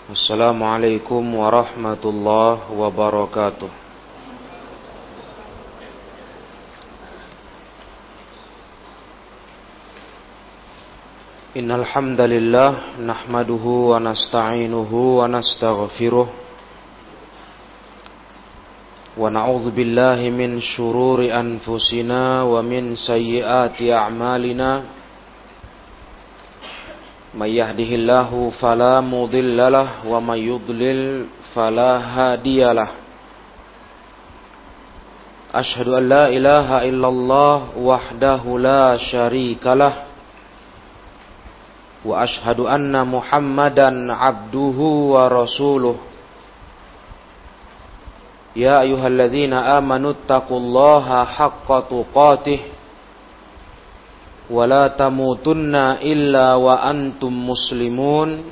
Assalamualaikum warahmatullahi wabarakatuh. Innal hamdalillah nahmaduhu wa nasta'inuhu wa nastaghfiruh wa na'udzu billahi min shururi anfusina wa min sayyiati a'malina. May yahdihillahu fala mudhillalah wa may yudlil fala hadiyalah. Asyhadu an la ilaha illallah wahdahu la syarikalah wa asyhadu anna Muhammadan abduhu wa rasuluh. Ya ayyuhalladzina amanu taqullaha haqqa tuqatih wa la tamutunna illa wa antum muslimun.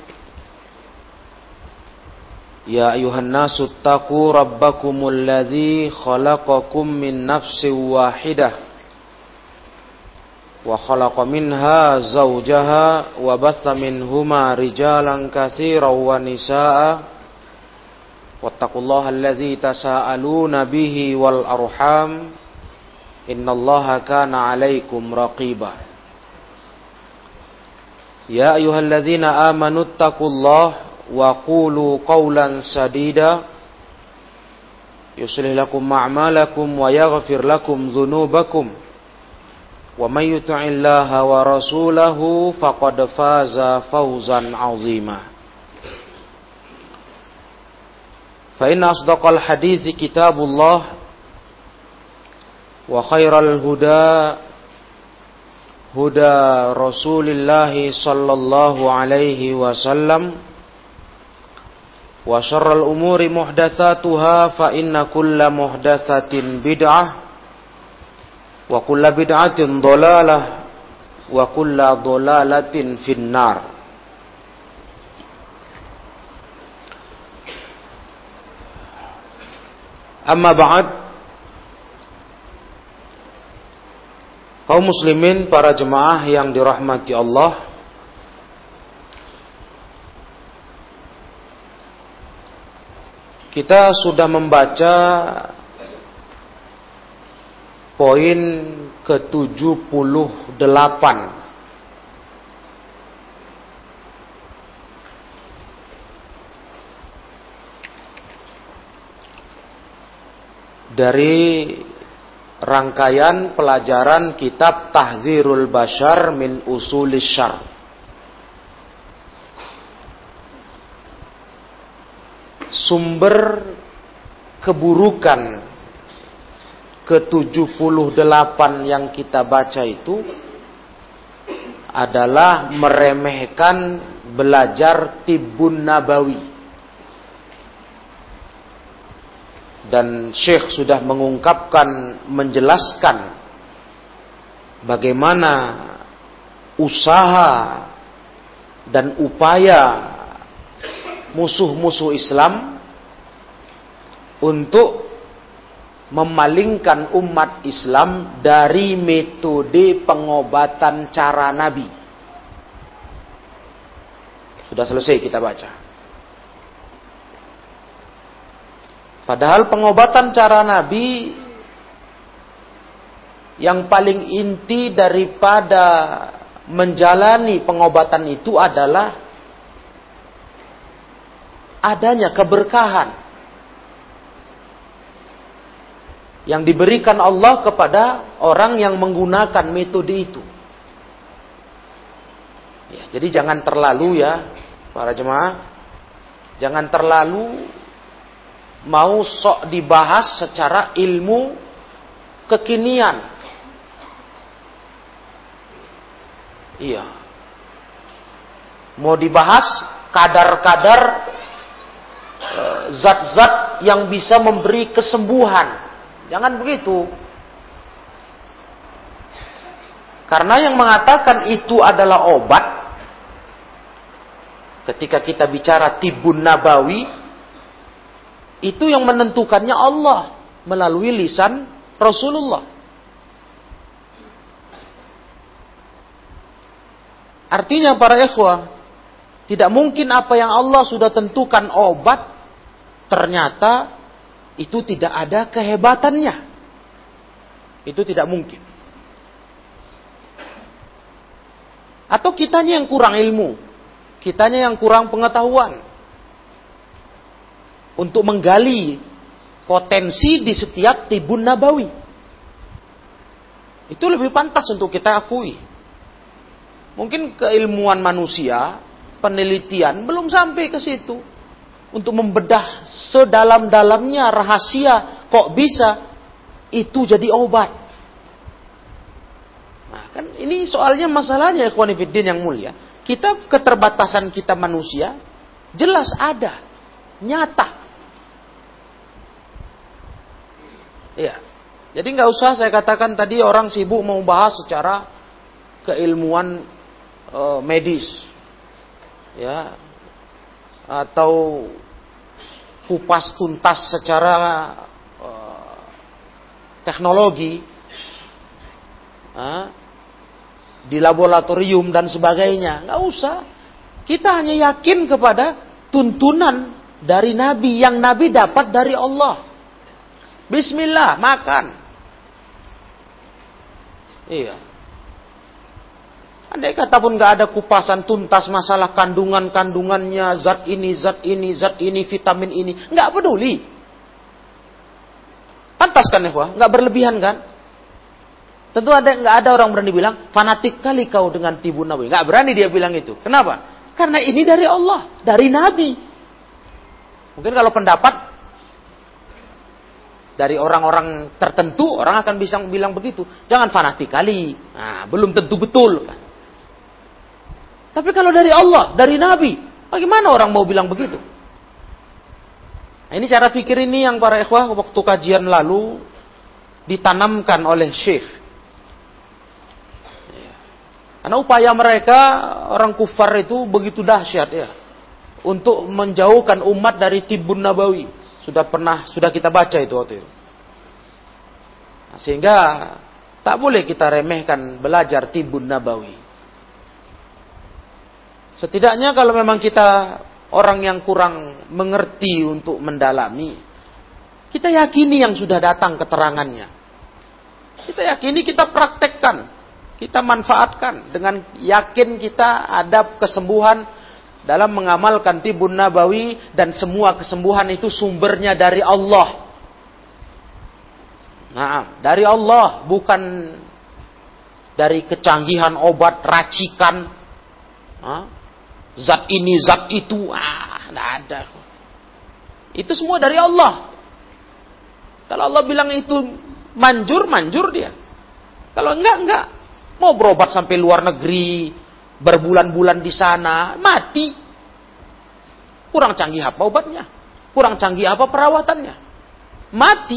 Ya ayuhan nasu taqu rabbakumul ladzi khalaqakum min nafsin wahidah wa khalaqa minha zawjaha wa batha minhuma rijalan katsiran wa nisaa wattaqullaha alladzi tasaaluna bihi wal arham innallaha kana 'alaikum raqiba. Ya ayyuhalladzina amanu taqullaha wa qulu qawlan sadida yuslih lakum a'malakum wa yaghfir lakum dhunubakum wa may yuti'illaha wa rasulahu faqad faza fawzan 'azima. Fa inna asdaqal hadithi kitabullah wa khairal huda huda Rasulillah sallallahu alaihi wasallam wa syarral umuri muhdatsatuha fa inna kulla muhdatsatin bid'ah wa kulla bid'atin dhalalah wa kulla dhalalatin finnar. Amma ba'd. Kaum muslimin, para jemaah yang dirahmati Allah, kita sudah membaca poin ke-78 dari rangkaian pelajaran kitab Tahdzirul Bashar min Usulis Syarr. Sumber keburukan ke-78 yang kita baca itu adalah meremehkan belajar Tibbun Nabawi. Dan Syekh sudah mengungkapkan, menjelaskan bagaimana usaha dan upaya musuh-musuh Islam untuk memalingkan umat Islam dari metode pengobatan cara Nabi. Sudah selesai kita baca. Padahal pengobatan cara Nabi yang paling inti daripada menjalani pengobatan itu adalah adanya keberkahan yang diberikan Allah kepada orang yang menggunakan metode itu. Ya, jadi jangan terlalu, ya para jemaah, jangan terlalu mau sok dibahas secara ilmu kekinian. Iya. Mau dibahas kadar-kadar zat-zat yang bisa memberi kesembuhan. Jangan begitu. Karena yang mengatakan itu adalah obat, ketika kita bicara Tibbun Nabawi, itu yang menentukannya Allah melalui lisan Rasulullah. Artinya para ikhwah, Tidak mungkin apa yang Allah sudah tentukan obat, ternyata itu tidak ada kehebatannya. Itu tidak mungkin. Atau kitanya yang kurang ilmu, kitanya yang kurang pengetahuan untuk menggali potensi di setiap tibun nabawi. Itu lebih pantas untuk kita akui. Mungkin keilmuan manusia, penelitian belum sampai ke situ untuk membedah sedalam-dalamnya rahasia kok bisa itu jadi obat. Nah, kan ini soalnya masalahnya ikhwan fillah yang mulia. Kita keterbatasan kita manusia jelas ada, nyata. Iya. Jadi nggak usah saya katakan tadi orang sibuk mau bahas secara keilmuan medis, ya, atau kupas tuntas secara teknologi, di laboratorium dan sebagainya. Nggak usah. Kita hanya yakin kepada tuntunan dari Nabi yang Nabi dapat dari Allah. Bismillah, makan. Iya. Andai kata pun nggak ada kupasan tuntas masalah kandungannya, zat ini, vitamin ini, nggak peduli. Pantas kan ya, nggak berlebihan kan? Tentu nggak ada orang berani bilang fanatik kali kau dengan tibun nabawi. Nggak berani dia bilang itu. Kenapa? Karena ini dari Allah, dari Nabi. Mungkin kalau pendapat dari orang-orang tertentu, orang akan bisa bilang begitu. Jangan fanatik kali. Nah, belum tentu betul. Tapi kalau dari Allah, dari Nabi, bagaimana orang mau bilang begitu? Nah, ini cara pikir ini yang para ikhwah waktu kajian lalu ditanamkan oleh Syekh. Karena upaya mereka, orang kufar itu begitu dahsyat ya. Untuk menjauhkan umat dari tibun nabawi. Sudah kita baca itu waktu itu. Nah, sehingga tak boleh kita remehkan belajar tibun nabawi. Setidaknya kalau memang kita orang yang kurang mengerti untuk mendalami, kita yakini yang sudah datang keterangannya. Kita yakini, kita praktekkan. Kita manfaatkan dengan yakin kita ada kesembuhan dalam mengamalkan tibun nabawi dan semua kesembuhan itu sumbernya dari Allah. Nah, dari Allah, bukan dari kecanggihan obat racikan. Zat ini, zat itu, tidak ada. Itu semua dari Allah. Kalau Allah bilang itu manjur dia. Kalau enggak. Mau berobat sampai luar negeri, berbulan-bulan di sana, mati. Kurang canggih apa obatnya? Kurang canggih apa perawatannya? Mati.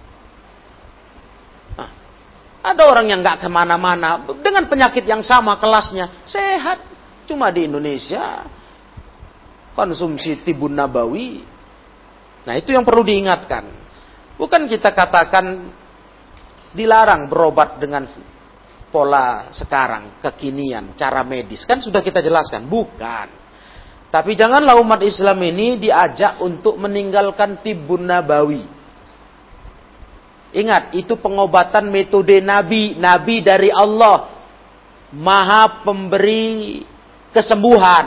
Nah, ada orang yang nggak kemana-mana, dengan penyakit yang sama kelasnya, sehat. Cuma di Indonesia, konsumsi tibun nabawi. Nah, itu yang perlu diingatkan. Bukan kita katakan dilarang berobat dengan pola sekarang, kekinian, cara medis. Kan sudah kita jelaskan. Bukan. Tapi janganlah umat Islam ini diajak untuk meninggalkan tibun nabawi. Ingat, itu pengobatan metode Nabi. Nabi dari Allah. Maha pemberi kesembuhan.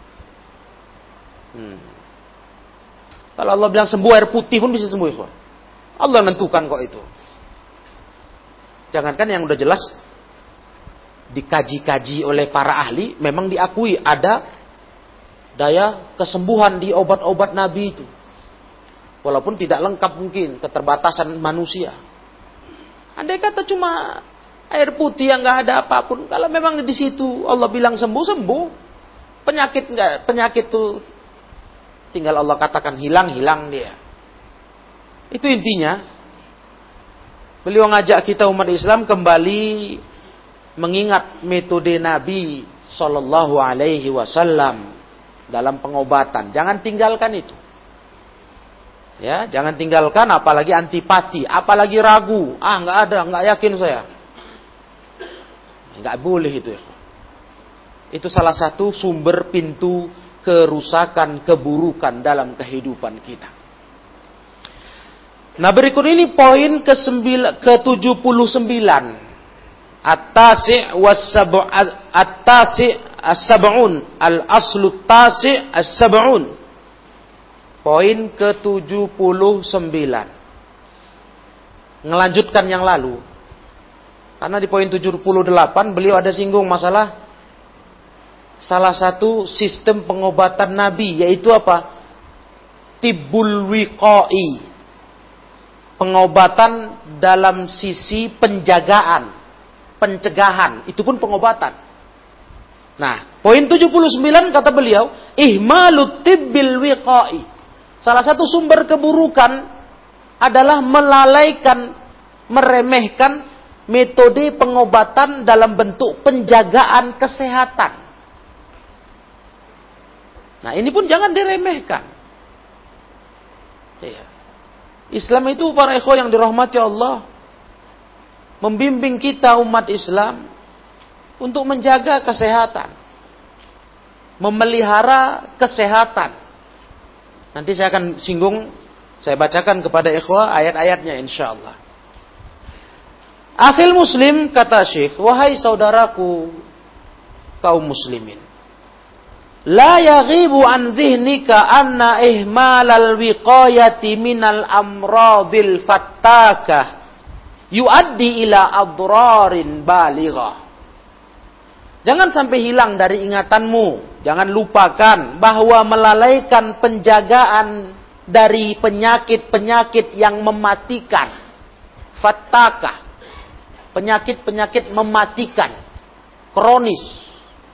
Kalau Allah bilang sembuh air putih pun bisa sembuh. Allah menentukan kok itu. Jangankan yang udah jelas dikaji-kaji oleh para ahli, memang diakui ada daya kesembuhan di obat-obat Nabi itu. Walaupun tidak lengkap mungkin, keterbatasan manusia. Andai kata cuma air putih yang nggak ada apapun, kalau memang di situ Allah bilang sembuh, penyakit itu tinggal Allah katakan hilang dia. Itu intinya. Beliau ngajak kita umat Islam kembali mengingat metode Nabi Sallallahu Alaihi Wasallam dalam pengobatan. Jangan tinggalkan itu. Ya, jangan tinggalkan, apalagi antipati, apalagi ragu. Nggak yakin saya. Nggak boleh itu. Itu salah satu sumber pintu kerusakan, keburukan dalam kehidupan kita. Nah, berikut ini poin ke-79. At-tasi' as-sab'un. Al-aslu tasi' as-sab'un. Poin ke-79. Ngelanjutkan yang lalu. Karena di poin 78 beliau ada singgung masalah salah satu sistem pengobatan Nabi, yaitu apa? Tibbul wiqai. Pengobatan dalam sisi penjagaan, pencegahan, itu pun pengobatan. Nah, poin 79 kata beliau, ihmalut tibbil wiqai. Salah satu sumber keburukan adalah melalaikan, meremehkan metode pengobatan dalam bentuk penjagaan kesehatan. Nah, ini pun jangan diremehkan. Iya. Islam itu, para ikhwah yang dirahmati Allah, membimbing kita umat Islam untuk menjaga kesehatan, memelihara kesehatan. Nanti saya akan singgung, saya bacakan kepada ikhwah ayat-ayatnya insyaallah. Akhil muslim, kata Syekh, wahai saudaraku kaum muslimin, la yaghibu an dhihnika anna ihmalal wiqayati minal amradil fattakah yuaddi ila adrarin balighah. Jangan sampai hilang dari ingatanmu, jangan lupakan bahwa melalaikan penjagaan dari penyakit-penyakit yang mematikan, fattakah, penyakit-penyakit mematikan, kronis.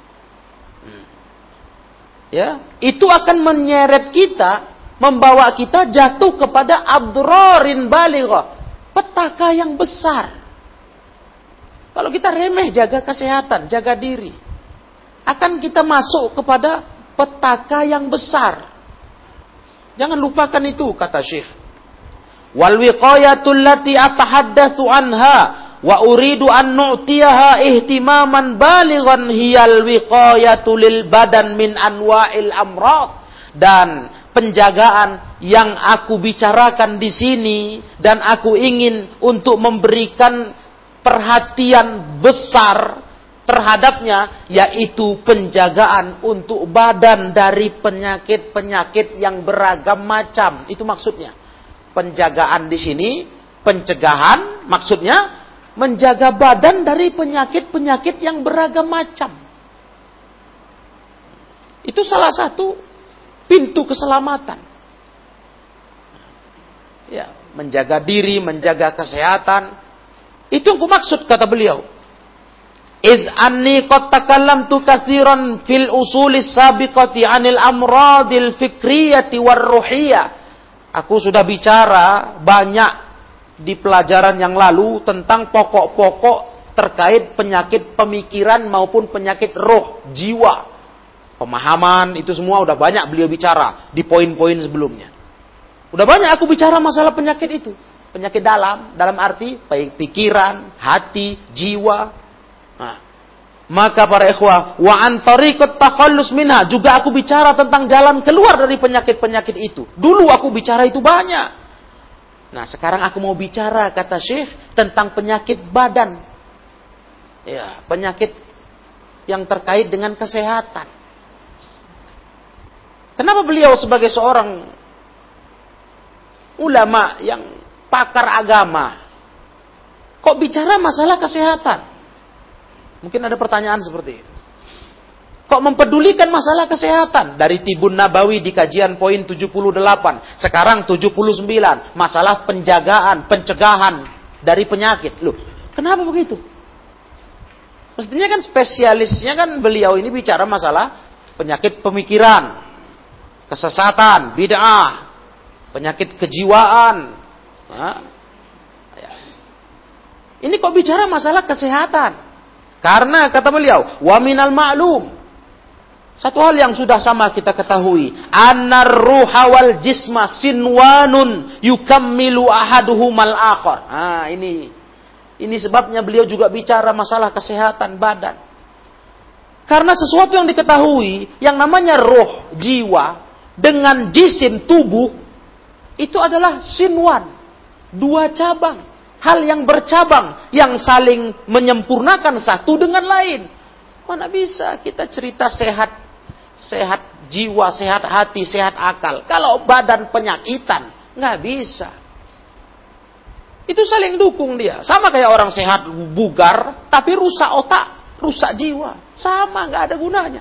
Ya, itu akan menyeret kita, membawa kita jatuh kepada adrarin balighah, petaka yang besar. Kalau kita remeh jaga kesehatan, jaga diri, akan kita masuk kepada petaka yang besar. Jangan lupakan itu, kata Syekh. Wal wiqayatul lati atahaddatsu anha wa uridu an nu'tiyaha ihtimaman balighan hiyal wiqayatu lil badan min anwa'il amrad. Dan penjagaan yang aku bicarakan di sini dan aku ingin untuk memberikan perhatian besar terhadapnya, yaitu penjagaan untuk badan dari penyakit-penyakit yang beragam macam. Itu maksudnya. Penjagaan di sini, pencegahan maksudnya menjaga badan dari penyakit-penyakit yang beragam macam. Itu salah satu pintu keselamatan. Ya, menjaga diri, menjaga kesehatan. Itu yang kumaksud, kata beliau. Idh anni qad takallamtu katsiran fil usulis sabiqati 'anil amradil fikriyati war ruhiyah. Aku sudah bicara banyak di pelajaran yang lalu tentang pokok-pokok terkait penyakit pemikiran maupun penyakit roh, jiwa. Pemahaman, itu semua udah banyak beliau bicara di poin-poin sebelumnya. Udah banyak aku bicara masalah penyakit itu. Penyakit dalam arti pikiran, hati, jiwa. Nah, maka para ikhwah, wa an tariqat takhallus minha, juga aku bicara tentang jalan keluar dari penyakit-penyakit itu. Dulu aku bicara itu banyak. Nah, sekarang aku mau bicara, kata Syekh, tentang penyakit badan. Ya, penyakit yang terkait dengan kesehatan. Kenapa beliau sebagai seorang ulama yang pakar agama kok bicara masalah kesehatan? Mungkin ada pertanyaan seperti itu. Kok mempedulikan masalah kesehatan? Dari Tibun Nabawi di kajian poin 78. Sekarang 79. Masalah penjagaan, pencegahan dari penyakit. Loh, kenapa begitu? Mestinya kan spesialisnya kan beliau ini bicara masalah penyakit pemikiran, kesesatan, bid'ah, penyakit kejiwaan. Nah, ya. Ini kok bicara masalah kesehatan? Karena kata beliau, wa minal ma'lum, satu hal yang sudah sama kita ketahui, annar ruha wal jisma sinwanun yukammilu ahaduhumal akhar. Nah, ini sebabnya beliau juga bicara masalah kesehatan badan. Karena sesuatu yang diketahui, yang namanya roh, jiwa, dengan jisim, tubuh, itu adalah sinwan. Dua cabang. Hal yang bercabang, yang saling menyempurnakan satu dengan lain. Mana bisa kita cerita sehat jiwa, sehat hati, sehat akal. Kalau badan penyakitan, nggak bisa. Itu saling dukung dia. Sama kayak orang sehat bugar, tapi rusak otak, rusak jiwa. Sama, nggak ada gunanya.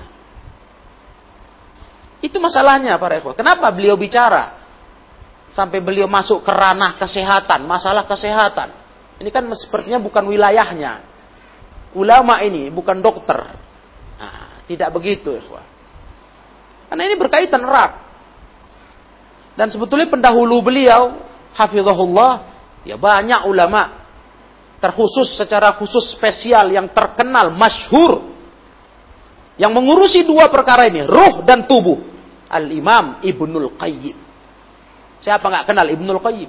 Itu masalahnya para ikhwah. Kenapa beliau bicara? Sampai beliau masuk ke ranah kesehatan, masalah kesehatan. Ini kan sepertinya bukan wilayahnya. Ulama ini bukan dokter. Nah, tidak begitu ikhwah. Karena ini berkaitan erat. Dan sebetulnya pendahulu beliau, hafizahullah, ya banyak ulama terkhusus secara khusus spesial yang terkenal, masyhur, yang mengurusi dua perkara ini, ruh dan tubuh. Al-Imam Ibnul Qayyim. Siapa nggak kenal Ibnul Qayyim?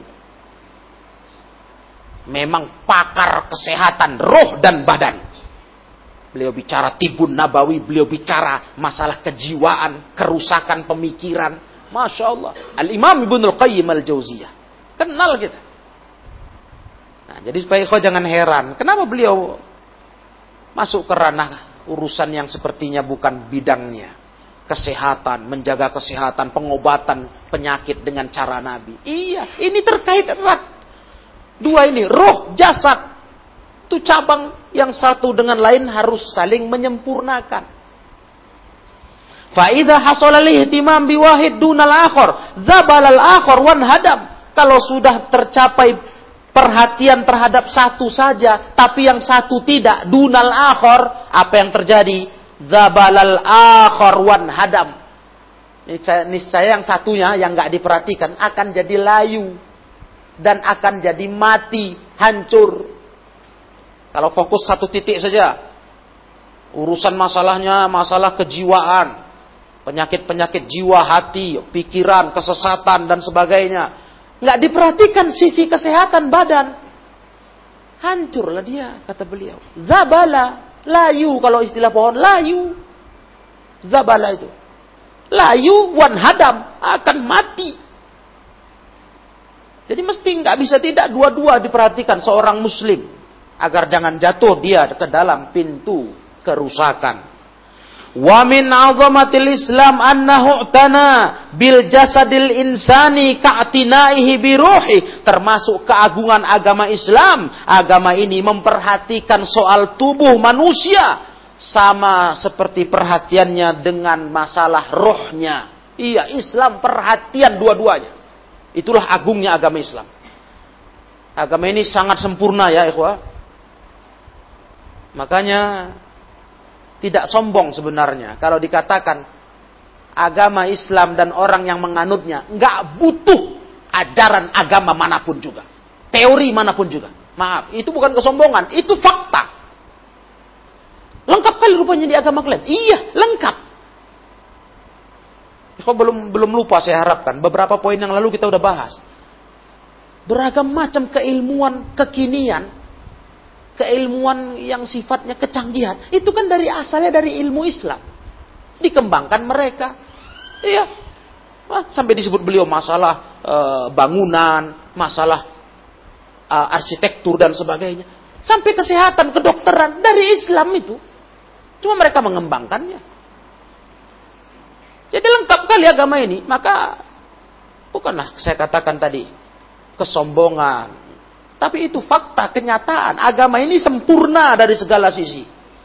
Memang pakar kesehatan ruh dan badan. Beliau bicara tibun nabawi, beliau bicara masalah kejiwaan, kerusakan pemikiran. Masya Allah. Al-Imam Ibnul Qayyim Al-Jauziyah. Kenal kita. Nah, jadi supaya kau jangan heran. Kenapa beliau masuk ke ranah urusan yang sepertinya bukan bidangnya. Kesehatan, menjaga kesehatan, pengobatan penyakit dengan cara Nabi. Iya, ini terkait erat. Dua ini, roh, jasad. Itu cabang yang satu dengan lain harus saling menyempurnakan. Fa idza hasala al-ihtimam biwahid dunal akhar, dzabal al-akhar wan hadam. Kalau sudah tercapai perhatian terhadap satu saja, tapi yang satu tidak, dunal akhar, apa yang terjadi? Dzabal al-akhar wan hadam. Niscaya yang satunya yang enggak diperhatikan akan jadi layu dan akan jadi mati, hancur. Kalau fokus satu titik saja, urusan masalahnya masalah kejiwaan, penyakit-penyakit jiwa, hati, pikiran, kesesatan dan sebagainya, nggak diperhatikan sisi kesehatan badan, hancurlah dia, kata beliau. Zabala, layu kalau istilah pohon, layu. Zabala itu, layu wan hadam, akan mati. Jadi mesti nggak bisa tidak dua-dua diperhatikan seorang muslim. Agar jangan jatuh dia ke dalam pintu kerusakan. Wa min 'azamatil Islam annahu tana bil jasadil insani ka'tinaihi bi ruhi. Termasuk keagungan agama Islam. Agama ini memperhatikan soal tubuh manusia sama seperti perhatiannya dengan masalah rohnya. Iya, Islam perhatian dua-duanya. Itulah agungnya agama Islam. Agama ini sangat sempurna ya ikhwah. Makanya tidak sombong sebenarnya kalau dikatakan agama Islam dan orang yang menganutnya nggak butuh ajaran agama manapun juga, teori manapun juga. Maaf, itu bukan kesombongan, itu fakta. Lengkap kali rupanya di agama kalian. Iya, lengkap. Kok belum lupa saya harapkan beberapa poin yang lalu kita udah bahas. Beragam macam keilmuan kekinian. Keilmuan yang sifatnya kecanggihan. Itu kan asalnya dari ilmu Islam. Dikembangkan mereka. Iya. Sampai disebut beliau masalah bangunan. Masalah arsitektur dan sebagainya. Sampai kesehatan, kedokteran. Dari Islam itu. Cuma mereka mengembangkannya. Jadi lengkap kali agama ini. Maka bukanlah saya katakan tadi. Kesombongan. Tapi itu fakta, kenyataan. Agama ini sempurna dari segala sisi.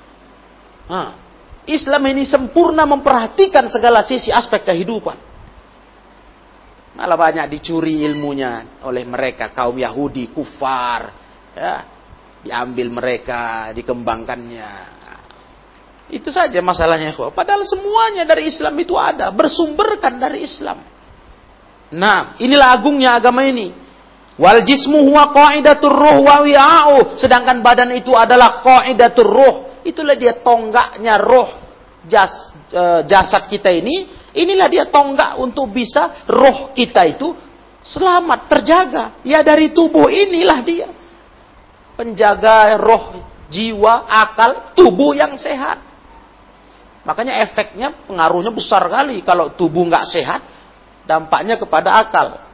Islam ini sempurna memperhatikan segala sisi aspek kehidupan. Malah banyak dicuri ilmunya oleh mereka, kaum Yahudi, kufar. Ya, diambil mereka, dikembangkannya. Itu saja masalahnya. Padahal semuanya dari Islam itu ada. Bersumberkan dari Islam. Nah, inilah agungnya agama ini. Wal jismu huwa qaidatur ruh wa wi'a'u. Sedangkan badan itu adalah qaidatur ruh. Itulah dia tonggaknya roh. Jasad kita ini. Inilah dia tonggak untuk bisa roh kita itu selamat, terjaga. Ya dari tubuh inilah dia. Penjaga roh, jiwa, akal, tubuh yang sehat. Makanya efeknya, pengaruhnya besar kali. Kalau tubuh nggak sehat, dampaknya kepada akal.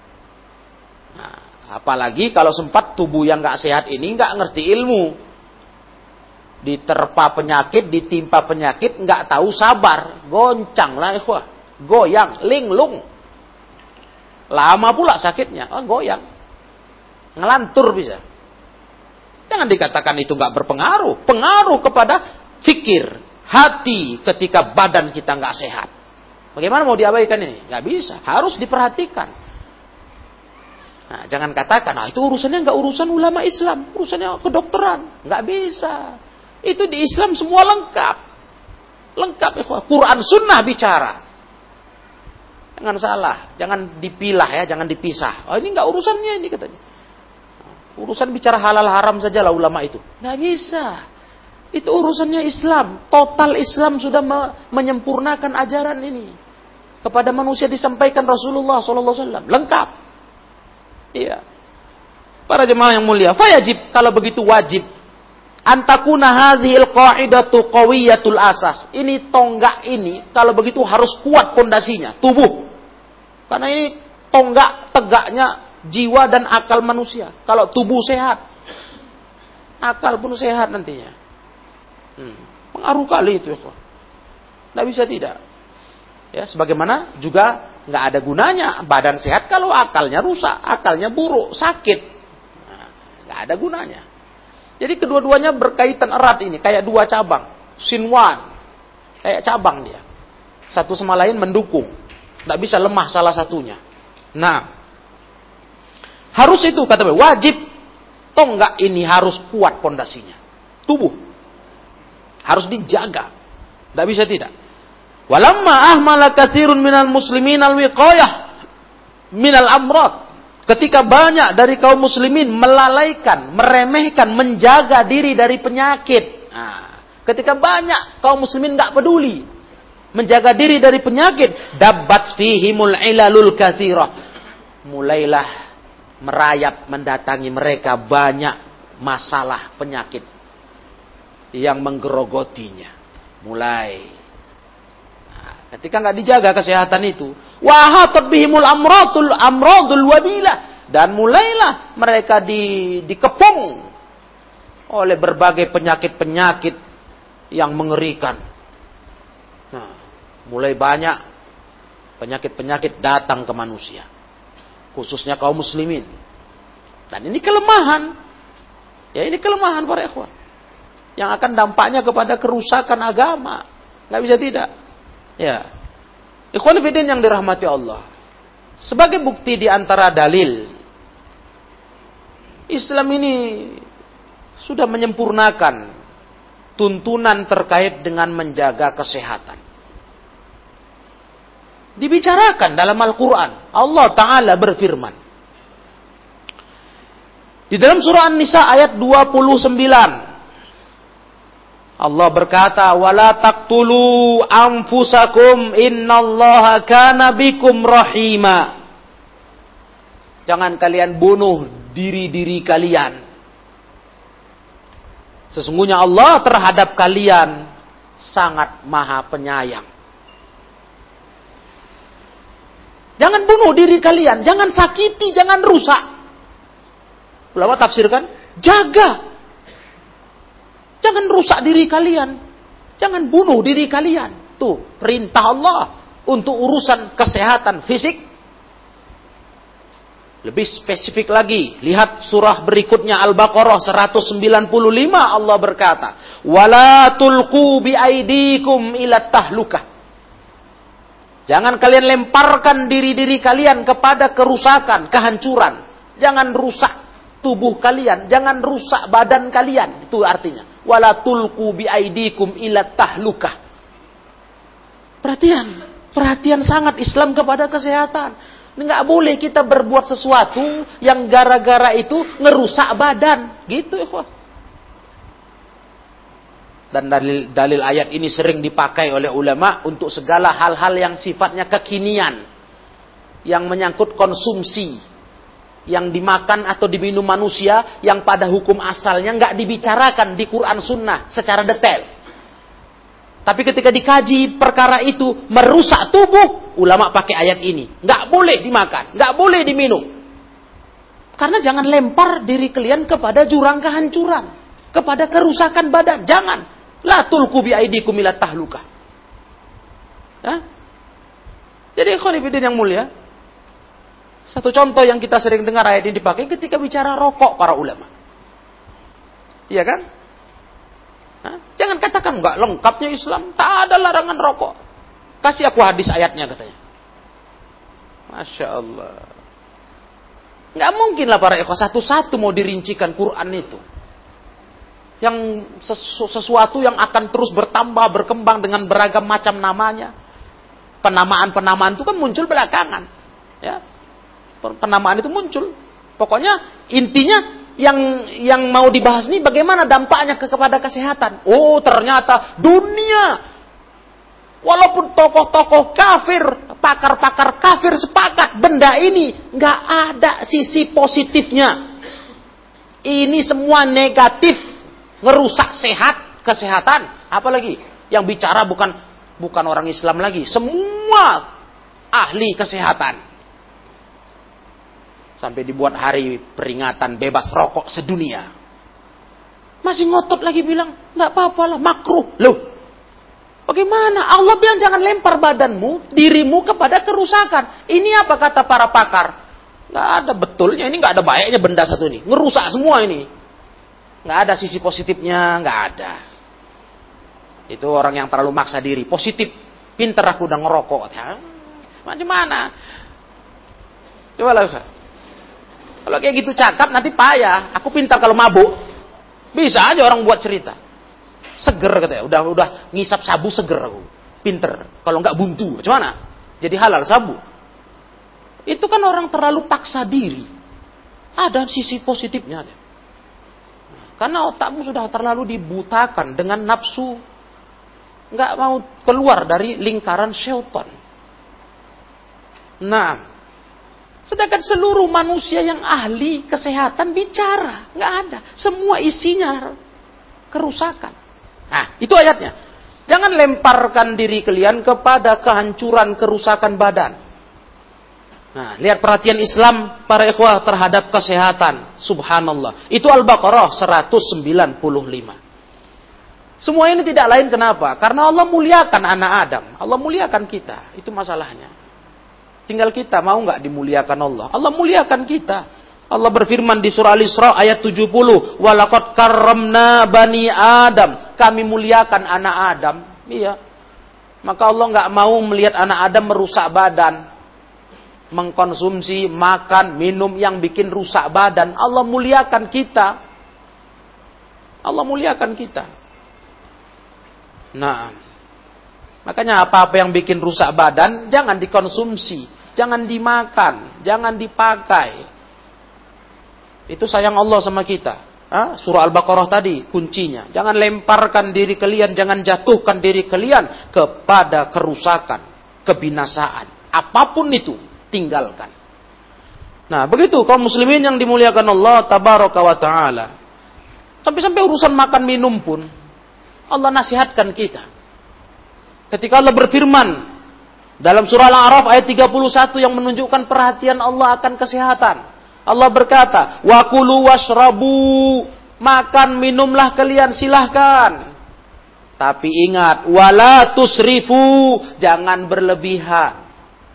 Nah, apalagi kalau sempat tubuh yang nggak sehat ini nggak ngerti ilmu. Diterpa penyakit, ditimpa penyakit, nggak tahu sabar. Goncang lah ikhwah. Goyang, linglung. Lama pula sakitnya. Goyang. Ngelantur bisa. Jangan dikatakan itu nggak berpengaruh. Pengaruh kepada fikir, hati ketika badan kita nggak sehat. Bagaimana mau diabaikan ini? Nggak bisa. Harus diperhatikan. Nah, jangan katakan, itu urusannya nggak urusan ulama Islam. Urusannya kedokteran. Nggak bisa. Itu di Islam semua lengkap. Lengkap. Quran sunnah bicara. Jangan salah. Jangan dipilah ya. Jangan dipisah. Ini nggak urusannya ini katanya. Urusan bicara halal haram saja lah ulama itu. Nggak bisa. Itu urusannya Islam. Total Islam sudah menyempurnakan ajaran ini. Kepada manusia disampaikan Rasulullah SAW. Lengkap. Iya. Para jemaah yang mulia. Fayajib. Kalau begitu wajib. Antakuna hadhil qa'idatu qawiyatul asas. Ini tonggak ini. Kalau begitu harus kuat pondasinya. Tubuh. Karena ini tonggak tegaknya jiwa dan akal manusia. Kalau tubuh sehat. Akal pun sehat nantinya. Pengaruh kali itu. Tidak bisa tidak. Ya, sebagaimana juga nggak ada gunanya badan sehat kalau akalnya rusak, akalnya buruk, sakit. Nggak ada gunanya. Jadi kedua-duanya berkaitan erat ini, kayak dua cabang. Sinwan, kayak cabang dia. Satu sama lain mendukung. Nggak bisa lemah salah satunya. Nah, harus itu kata beliau, wajib. Tonggak ini harus kuat pondasinya. Tubuh. Harus dijaga. Tidak bisa tidak. Walamma ahmala katsirun minal muslimin al-wiqayah minal amrad. Ketika banyak dari kaum muslimin melalaikan, meremehkan, menjaga diri dari penyakit. Nah, ketika banyak kaum muslimin enggak peduli menjaga diri dari penyakit, dabbat fihimul ilalul katsirah. Mulailah merayap mendatangi mereka banyak masalah penyakit yang menggerogotinya. Mulai. Nah, ketika nggak dijaga kesehatan itu, wahatat bihimul amradul wabilah, dan mulailah mereka dikepung oleh berbagai penyakit-penyakit yang mengerikan. Nah, mulai banyak penyakit-penyakit datang ke manusia, khususnya kaum muslimin. Dan ini kelemahan. Ya, ini kelemahan para ikhwan. Yang akan dampaknya kepada kerusakan agama. Nggak bisa tidak. Ya. Ikhwan fillah yang dirahmati Allah. Sebagai bukti di antara dalil, Islam ini sudah menyempurnakan tuntunan terkait dengan menjaga kesehatan. Dibicarakan dalam Al-Quran. Allah Ta'ala berfirman. Di dalam surah An-Nisa ayat 29. Allah berkata, "Wala taqtulu anfusakum innallaha kana bikum rahima." Jangan kalian bunuh diri-diri kalian. Sesungguhnya Allah terhadap kalian sangat maha penyayang. Jangan bunuh diri kalian, jangan sakiti, jangan rusak. Ulama tafsirkan, jaga. Jangan rusak diri kalian. Jangan bunuh diri kalian. Tuh, perintah Allah untuk urusan kesehatan fisik. Lebih spesifik lagi, lihat surah berikutnya Al-Baqarah 195, Allah berkata, "Wala tulqu biaidikum ila tahlukah." Jangan kalian lemparkan diri-diri kalian kepada kerusakan, kehancuran. Jangan rusak tubuh kalian, jangan rusak badan kalian. Itu artinya. Wala tulqu biaidikum ila tahlukah. Perhatian sangat Islam kepada kesehatan. Nggak boleh kita berbuat sesuatu yang gara-gara itu ngerusak badan. Gitu ya, ikhwah. Dan dalil ayat ini sering dipakai oleh ulama untuk segala hal-hal yang sifatnya kekinian. Yang menyangkut konsumsi. Yang dimakan atau diminum manusia yang pada hukum asalnya nggak dibicarakan di Quran Sunnah secara detail. Tapi ketika dikaji perkara itu merusak tubuh, ulama pakai ayat ini. Nggak boleh dimakan, nggak boleh diminum. Karena jangan lempar diri kalian kepada jurang kehancuran, kepada kerusakan badan. Jangan. La tulqu bi aidikum ila tahluka. Ya? Jadi ikhwan fillah yang mulia, satu contoh yang kita sering dengar ayat ini dipakai ketika bicara rokok para ulama. Iya kan? Hah? Jangan katakan enggak lengkapnya Islam, tak ada larangan rokok. Kasih aku hadis ayatnya katanya. Masya Allah. Enggak mungkin lah para ikhwah satu-satu mau dirincikan Quran itu. Yang sesuatu yang akan terus bertambah, berkembang dengan beragam macam namanya. Penamaan-penamaan itu kan muncul belakangan. Ya. Penamaan itu muncul. Pokoknya intinya yang mau dibahas ini bagaimana dampaknya kepada kesehatan. Oh, ternyata dunia walaupun tokoh-tokoh kafir, pakar-pakar kafir sepakat benda ini nggak ada sisi positifnya. Ini semua negatif, ngerusak kesehatan. Apalagi yang bicara bukan orang Islam lagi, semua ahli kesehatan. Sampai dibuat hari peringatan bebas rokok sedunia. Masih ngotot lagi bilang, enggak apa-apa lah, makruh. Loh, bagaimana? Allah bilang jangan lempar badanmu, dirimu kepada kerusakan. Ini apa kata para pakar? Enggak ada betulnya, ini enggak ada baiknya benda satu ini. Ngerusak semua ini. Enggak ada sisi positifnya, enggak ada. Itu orang yang terlalu maksa diri. Positif, pinter aku udah ngerokok. Macam mana? Coba lah. Kalau kayak gitu cakap nanti payah. Aku pintar kalau mabuk. Bisa aja orang buat cerita. Seger katanya. Udah ngisap sabu seger aku. Pinter. Kalau nggak buntu. Macam mana? Jadi halal sabu. Itu kan orang terlalu paksa diri. Ada sisi positifnya. Karena otakmu sudah terlalu dibutakan dengan nafsu. Nggak mau keluar dari lingkaran syaitan. Nah. Sedangkan seluruh manusia yang ahli kesehatan bicara. Nggak ada. Semua isinya kerusakan. Nah, itu ayatnya. Jangan lemparkan diri kalian kepada kehancuran, kerusakan badan. Nah, lihat perhatian Islam para ikhwah terhadap kesehatan. Subhanallah. Itu Al-Baqarah 195. Semua ini tidak lain kenapa? Karena Allah muliakan anak Adam. Allah muliakan kita. Itu masalahnya. Tinggal kita mau nggak dimuliakan Allah. Allah muliakan kita. Allah berfirman di surah Al-Isra ayat 70. Walaqad karramna bani Adam. Kami muliakan anak Adam. Iya. Maka Allah nggak mau melihat anak Adam merusak badan. Mengkonsumsi, makan, minum yang bikin rusak badan. Allah muliakan kita. Allah muliakan kita. Nah. Makanya apa-apa yang bikin rusak badan, jangan dikonsumsi, jangan dimakan, jangan dipakai. Itu sayang Allah sama kita. Surah Al-Baqarah tadi kuncinya. Jangan lemparkan diri kalian, jangan jatuhkan diri kalian kepada kerusakan, kebinasaan. Apapun itu, tinggalkan. Nah, begitu kaum muslimin yang dimuliakan Allah Tabaraka wa Ta'ala. Sampai-sampai urusan makan minum pun, Allah nasihatkan kita. Ketika Allah berfirman dalam surah Al-A'raf ayat 31 yang menunjukkan perhatian Allah akan kesehatan. Allah berkata, "Wa kulu washrabu." Makan minumlah kalian silahkan. Tapi ingat, wala tusrifu, jangan berlebihan.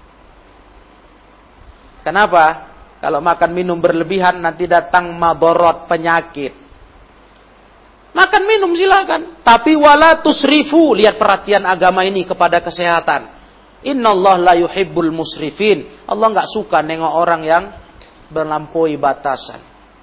Kenapa? Kalau makan minum berlebihan nanti datang madharat, penyakit. Makan minum silakan, tapi wala tusrifu. Lihat perhatian agama ini kepada kesehatan. Innallaha la yuhibbul musrifin. Allah enggak suka nengok orang yang melampaui batasan.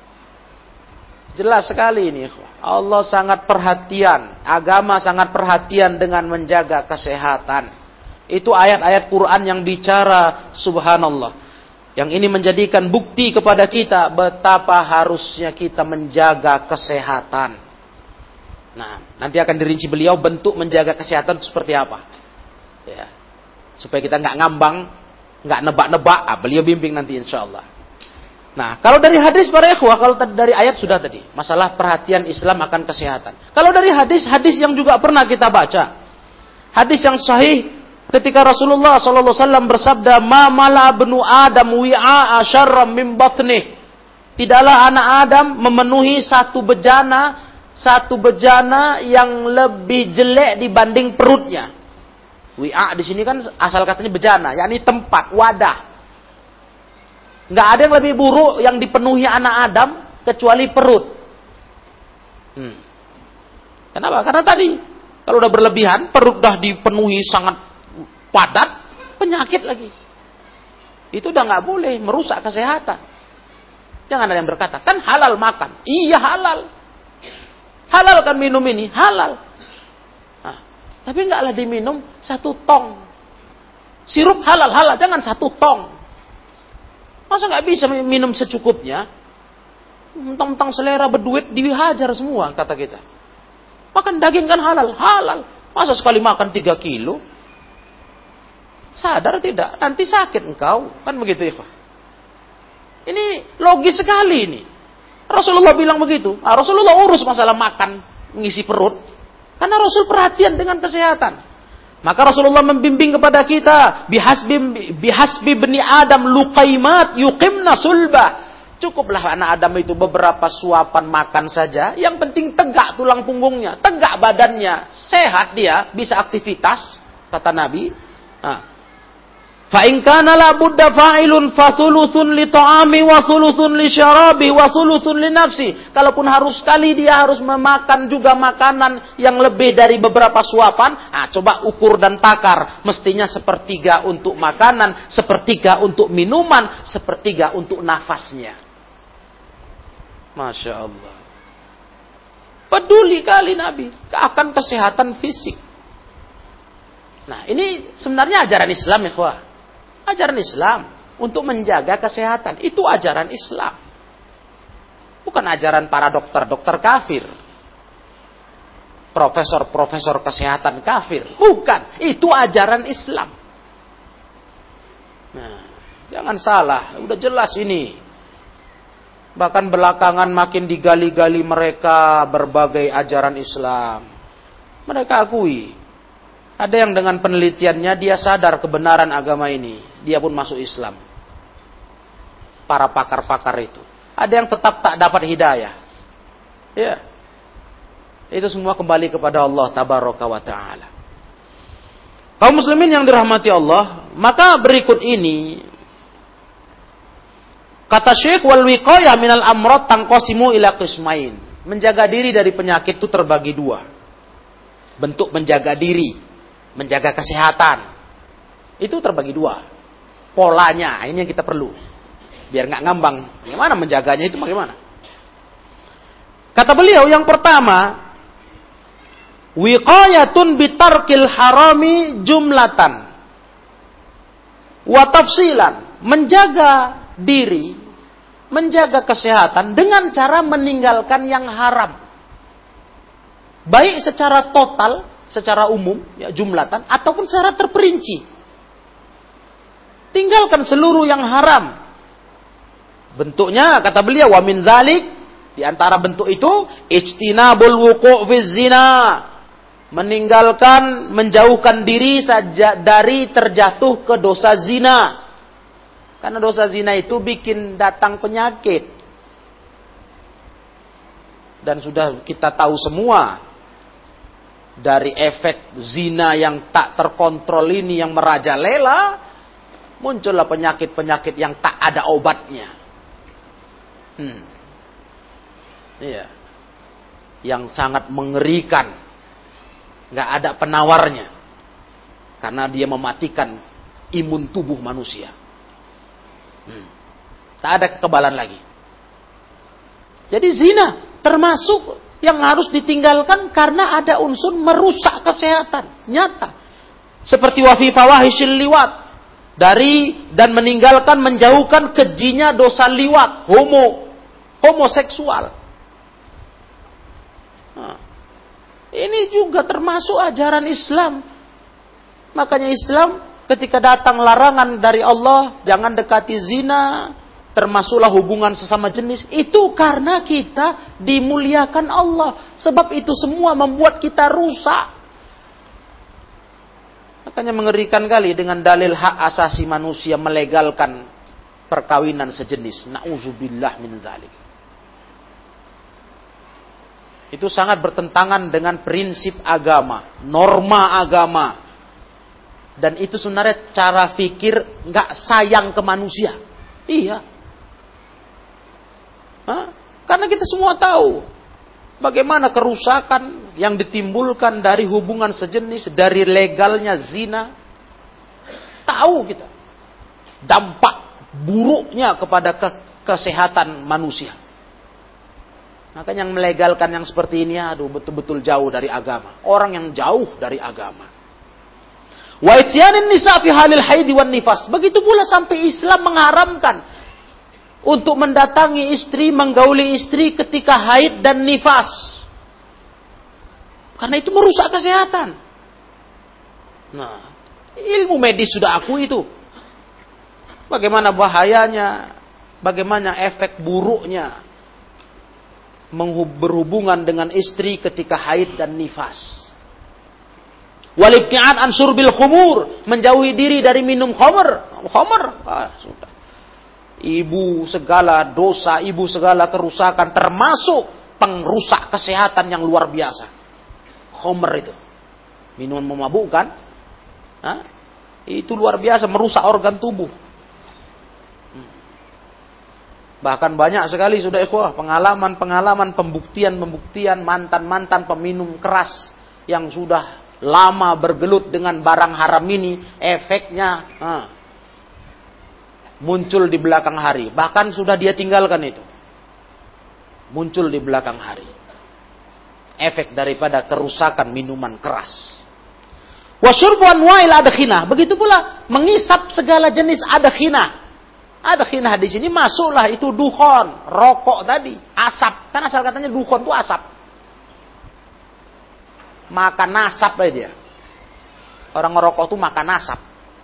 Jelas sekali ini. Allah sangat perhatian, agama sangat perhatian dengan menjaga kesehatan. Itu ayat-ayat Quran yang bicara, subhanallah. Yang ini menjadikan bukti kepada kita betapa harusnya kita menjaga kesehatan. Nah, nanti akan dirinci beliau bentuk menjaga kesehatan itu seperti apa. Ya. Supaya kita nggak ngambang, nggak nebak-nebak. Beliau bimbing nanti insya Allah. Nah, kalau dari hadis para ikhwah, kalau dari ayat sudah tadi. Masalah perhatian Islam akan kesehatan. Kalau dari hadis yang juga pernah kita baca. Hadis yang sahih ketika Rasulullah SAW bersabda, "Ma mala ibnu Adam wi'a syarram min batnih." Tidaklah anak Adam memenuhi satu bejana yang lebih jelek dibanding perutnya. Wi'a di sini kan asal katanya bejana, yakni tempat, wadah. Nggak ada yang lebih buruk yang dipenuhi anak Adam kecuali perut. Kenapa? Karena tadi kalau udah berlebihan, perut udah dipenuhi sangat padat, penyakit lagi. Itu udah nggak boleh, merusak kesehatan. Jangan ada yang berkata, kan halal makan. Iya halal. Halal kan minum ini, halal. Nah, tapi nggaklah diminum 1 tong. Sirup halal, jangan 1 tong. Masa nggak bisa minum secukupnya? Mentang-mentang selera berduit dihajar semua, kata kita. Makan daging kan halal. Masa sekali makan 3 kilo? Sadar tidak? Nanti sakit engkau. Kan begitu ya. Ini logis sekali ini. Rasulullah bilang begitu. Rasulullah urus masalah makan, mengisi perut. Karena Rasul perhatian dengan kesehatan. Maka Rasulullah membimbing kepada kita. Bihasbi bani Adam luqaimat yuqimna sulbah. Cukuplah anak Adam itu beberapa suapan makan saja. Yang penting tegak tulang punggungnya. Tegak badannya. Sehat dia. Bisa aktivitas. Kata Nabi. Fa in kana la budda fa'ilun fa thuluthun li ta'ami wa thuluthun li syarabi wa thuluthun li nafsi. Kalaupun harus sekali dia harus memakan juga makanan yang lebih dari beberapa suapan, coba ukur dan takar. Mestinya 1/3 untuk makanan, 1/3 untuk minuman, 1/3 untuk nafasnya. Masya Allah. Peduli kali Nabi akan kesehatan fisik. Nah, ini sebenarnya ajaran Islam ya, ikhwah. Ajaran Islam untuk menjaga kesehatan. Itu ajaran Islam. Bukan ajaran para dokter-dokter kafir. Profesor-profesor kesehatan kafir. Bukan. Itu ajaran Islam. Nah, jangan salah. Udah jelas ini. Bahkan belakangan makin digali-gali mereka berbagai ajaran Islam. Mereka akui. Ada yang dengan penelitiannya dia sadar kebenaran agama ini. Dia pun masuk Islam. Para pakar-pakar itu. Ada yang tetap tak dapat hidayah. Ya. Itu semua kembali kepada Allah Tabaraka wa Ta'ala. Kaum muslimin yang dirahmati Allah. Maka berikut ini. Kata Syekh, wal wiqayah minal amrad tanqasimu ila qismain. Menjaga diri dari penyakit itu terbagi 2. Bentuk menjaga diri. Menjaga kesehatan. Itu terbagi 2. Polanya, ini yang kita perlu. Biar nggak ngambang. Bagaimana menjaganya itu bagaimana? Kata beliau yang pertama, wiqayatun bitarkil harami jumlatan. Wa tafsilan. Menjaga diri, menjaga kesehatan dengan cara meninggalkan yang haram. Baik secara total, secara umum, ya jumlatan, ataupun secara terperinci. Tinggalkan seluruh yang haram. Bentuknya, kata beliau, wa min dzalik, di antara bentuk itu, ijtinabul wuqu' fi zina. Meninggalkan, menjauhkan diri saja dari terjatuh ke dosa zina. Karena dosa zina itu bikin datang penyakit. Dan sudah kita tahu semua, dari efek zina yang tak terkontrol ini yang merajalela, muncullah penyakit-penyakit yang tak ada obatnya. Iya. Yang sangat mengerikan. Nggak ada penawarnya. Karena dia mematikan imun tubuh manusia. Tak ada kekebalan lagi. Jadi zina termasuk yang harus ditinggalkan karena ada unsur merusak kesehatan. Nyata. Seperti wafi fawahishil liwat. Dari dan meninggalkan, menjauhkan kejinya dosa liwat. Homoseksual. Nah, ini juga termasuk ajaran Islam. Makanya Islam ketika datang larangan dari Allah, jangan dekati zina, termasuklah hubungan sesama jenis, itu karena kita dimuliakan Allah. Sebab itu semua membuat kita rusak. Makanya mengerikan kali dengan dalil hak asasi manusia melegalkan perkawinan sejenis. Na'udzubillah min zalik. Itu sangat bertentangan dengan prinsip agama, norma agama. Dan itu sebenarnya cara fikir nggak sayang ke manusia. Iya. Karena kita semua tahu bagaimana kerusakan yang ditimbulkan dari hubungan sejenis, dari legalnya zina. Tahu kita dampak buruknya kepada kesehatan manusia. Makanya yang melegalkan yang seperti ini, betul-betul jauh dari agama. Orang yang jauh dari agama. Wa ityanin nisa fi halil haid wan nifas. Begitu pula sampai Islam mengharamkan untuk mendatangi istri, menggauli istri ketika haid dan nifas. Karena itu merusak kesehatan. Nah, ilmu medis sudah akui itu. Bagaimana bahayanya, bagaimana efek buruknya berhubungan dengan istri ketika haid dan nifas. Walibti'ad an syurbil khumur, menjauhi diri dari minum khamr. Sudah. Ibu segala dosa, ibu segala kerusakan, termasuk pengrusak kesehatan yang luar biasa. Khamr itu. Minuman memabukkan. Itu luar biasa, merusak organ tubuh. Bahkan banyak sekali sudah ikhwah, pengalaman, pembuktian mantan peminum keras yang sudah lama bergelut dengan barang haram ini, efeknya muncul di belakang hari. Bahkan sudah dia tinggalkan itu. Muncul di belakang hari. Efek daripada kerusakan minuman keras. Wa syurbu anwa'il adkhinah. Begitu pula mengisap segala jenis adkhinah. Adkhinah di sini masuklah itu dukhon, rokok tadi, asap. Kan asal katanya dukhon itu asap. Makan asap aja dia. Orang ngerokok itu makan asap.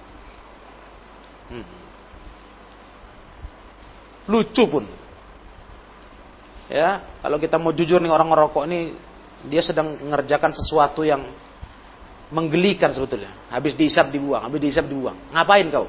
Lucu pun. Ya, kalau kita mau jujur nih, orang ngerokok ini dia sedang mengerjakan sesuatu yang menggelikan sebetulnya. Habis dihisap dibuang. Ngapain kau?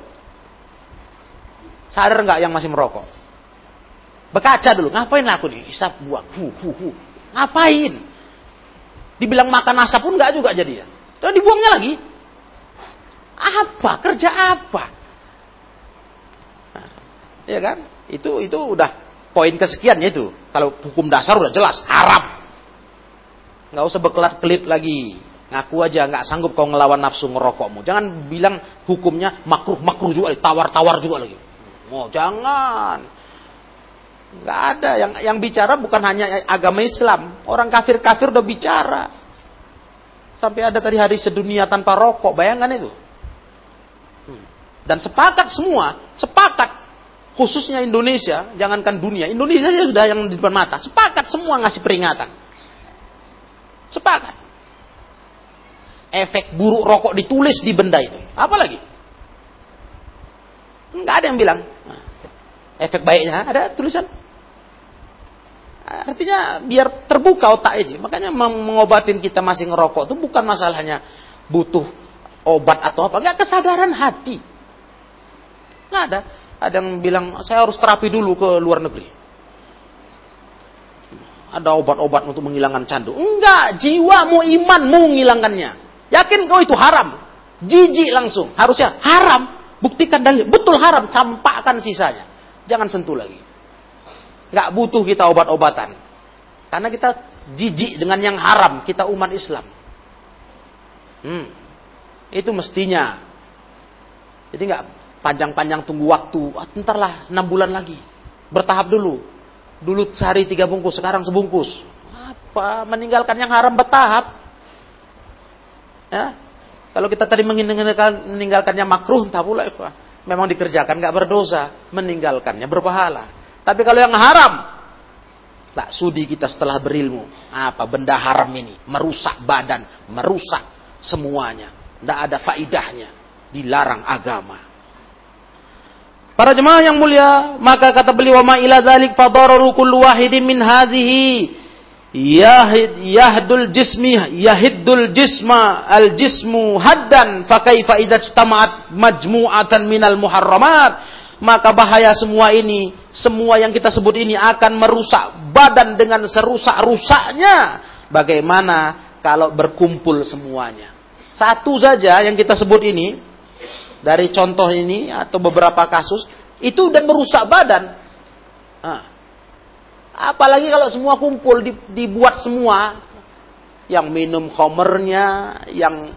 Sadar nggak yang masih merokok? Berkaca dulu. Ngapain aku nih? Hisap buang. Ngapain? Dibilang makan asap pun nggak juga jadi ya. Dan dibuangnya lagi. Apa? Kerja apa? Nah, ya kan? Itu udah poin kesekiannya itu. Kalau hukum dasar udah jelas haram. Nggak usah berkelit lagi. Ngaku aja nggak sanggup kau ngelawan nafsu ngerokokmu. Jangan bilang hukumnya makruh juga, tawar juga lagi. Oh, jangan. Nggak ada. Yang bicara bukan hanya agama Islam. Orang kafir-kafir udah bicara. Sampai ada tadi hari sedunia tanpa rokok. Bayangkan itu. Dan sepakat semua. Sepakat. Khususnya Indonesia. Jangankan dunia. Indonesia sudah yang di depan mata. Sepakat semua ngasih peringatan. Sepakat. Efek buruk rokok ditulis di benda itu. Apa lagi? Nggak ada yang bilang. Efek baiknya ada tulisan. Artinya biar terbuka otak aja. Makanya mengobatin kita masih ngerokok itu bukan masalahnya butuh obat atau apa. Nggak, kesadaran hati. Nggak ada. Ada yang bilang saya harus terapi dulu ke luar negeri. Ada obat-obat untuk menghilangkan candu. Enggak, jiwamu, imanmu menghilangkannya. Yakin kau itu haram. Jijik langsung. Harusnya haram. Buktikan dalil. Betul haram. Campakkan sisanya. Jangan sentuh lagi. Nggak butuh kita obat-obatan. Karena kita jijik dengan yang haram. Kita umat Islam. Itu mestinya. Jadi nggak panjang-panjang tunggu waktu. Entarlah 6 bulan lagi. Bertahap dulu. Dulu sehari 3 bungkus. Sekarang sebungkus. Apa? Meninggalkan yang haram bertahap. Ya. Kalau kita tadi meninggalkannya makruh. Entah pula. Memang dikerjakan nggak berdosa, meninggalkannya berpahala. Tapi kalau yang haram, tak sudi kita setelah berilmu. Apa benda haram ini? Merusak badan, merusak semuanya. Tidak ada faidahnya. Dilarang agama. Para jemaah yang mulia, maka kata beliau, wa ma ila dzalik fadararu kullu wahidin min hadhihi yahiddul jisma al jismu haddan fa kaifa idza istama'at majmu'atan minal muharramat. Maka bahaya semua ini, semua yang kita sebut ini akan merusak badan dengan serusak-rusaknya. Bagaimana kalau berkumpul semuanya? Satu saja yang kita sebut ini, dari contoh ini atau beberapa kasus, itu udah merusak badan. Apalagi kalau semua kumpul, dibuat semua. Yang minum khamrnya, yang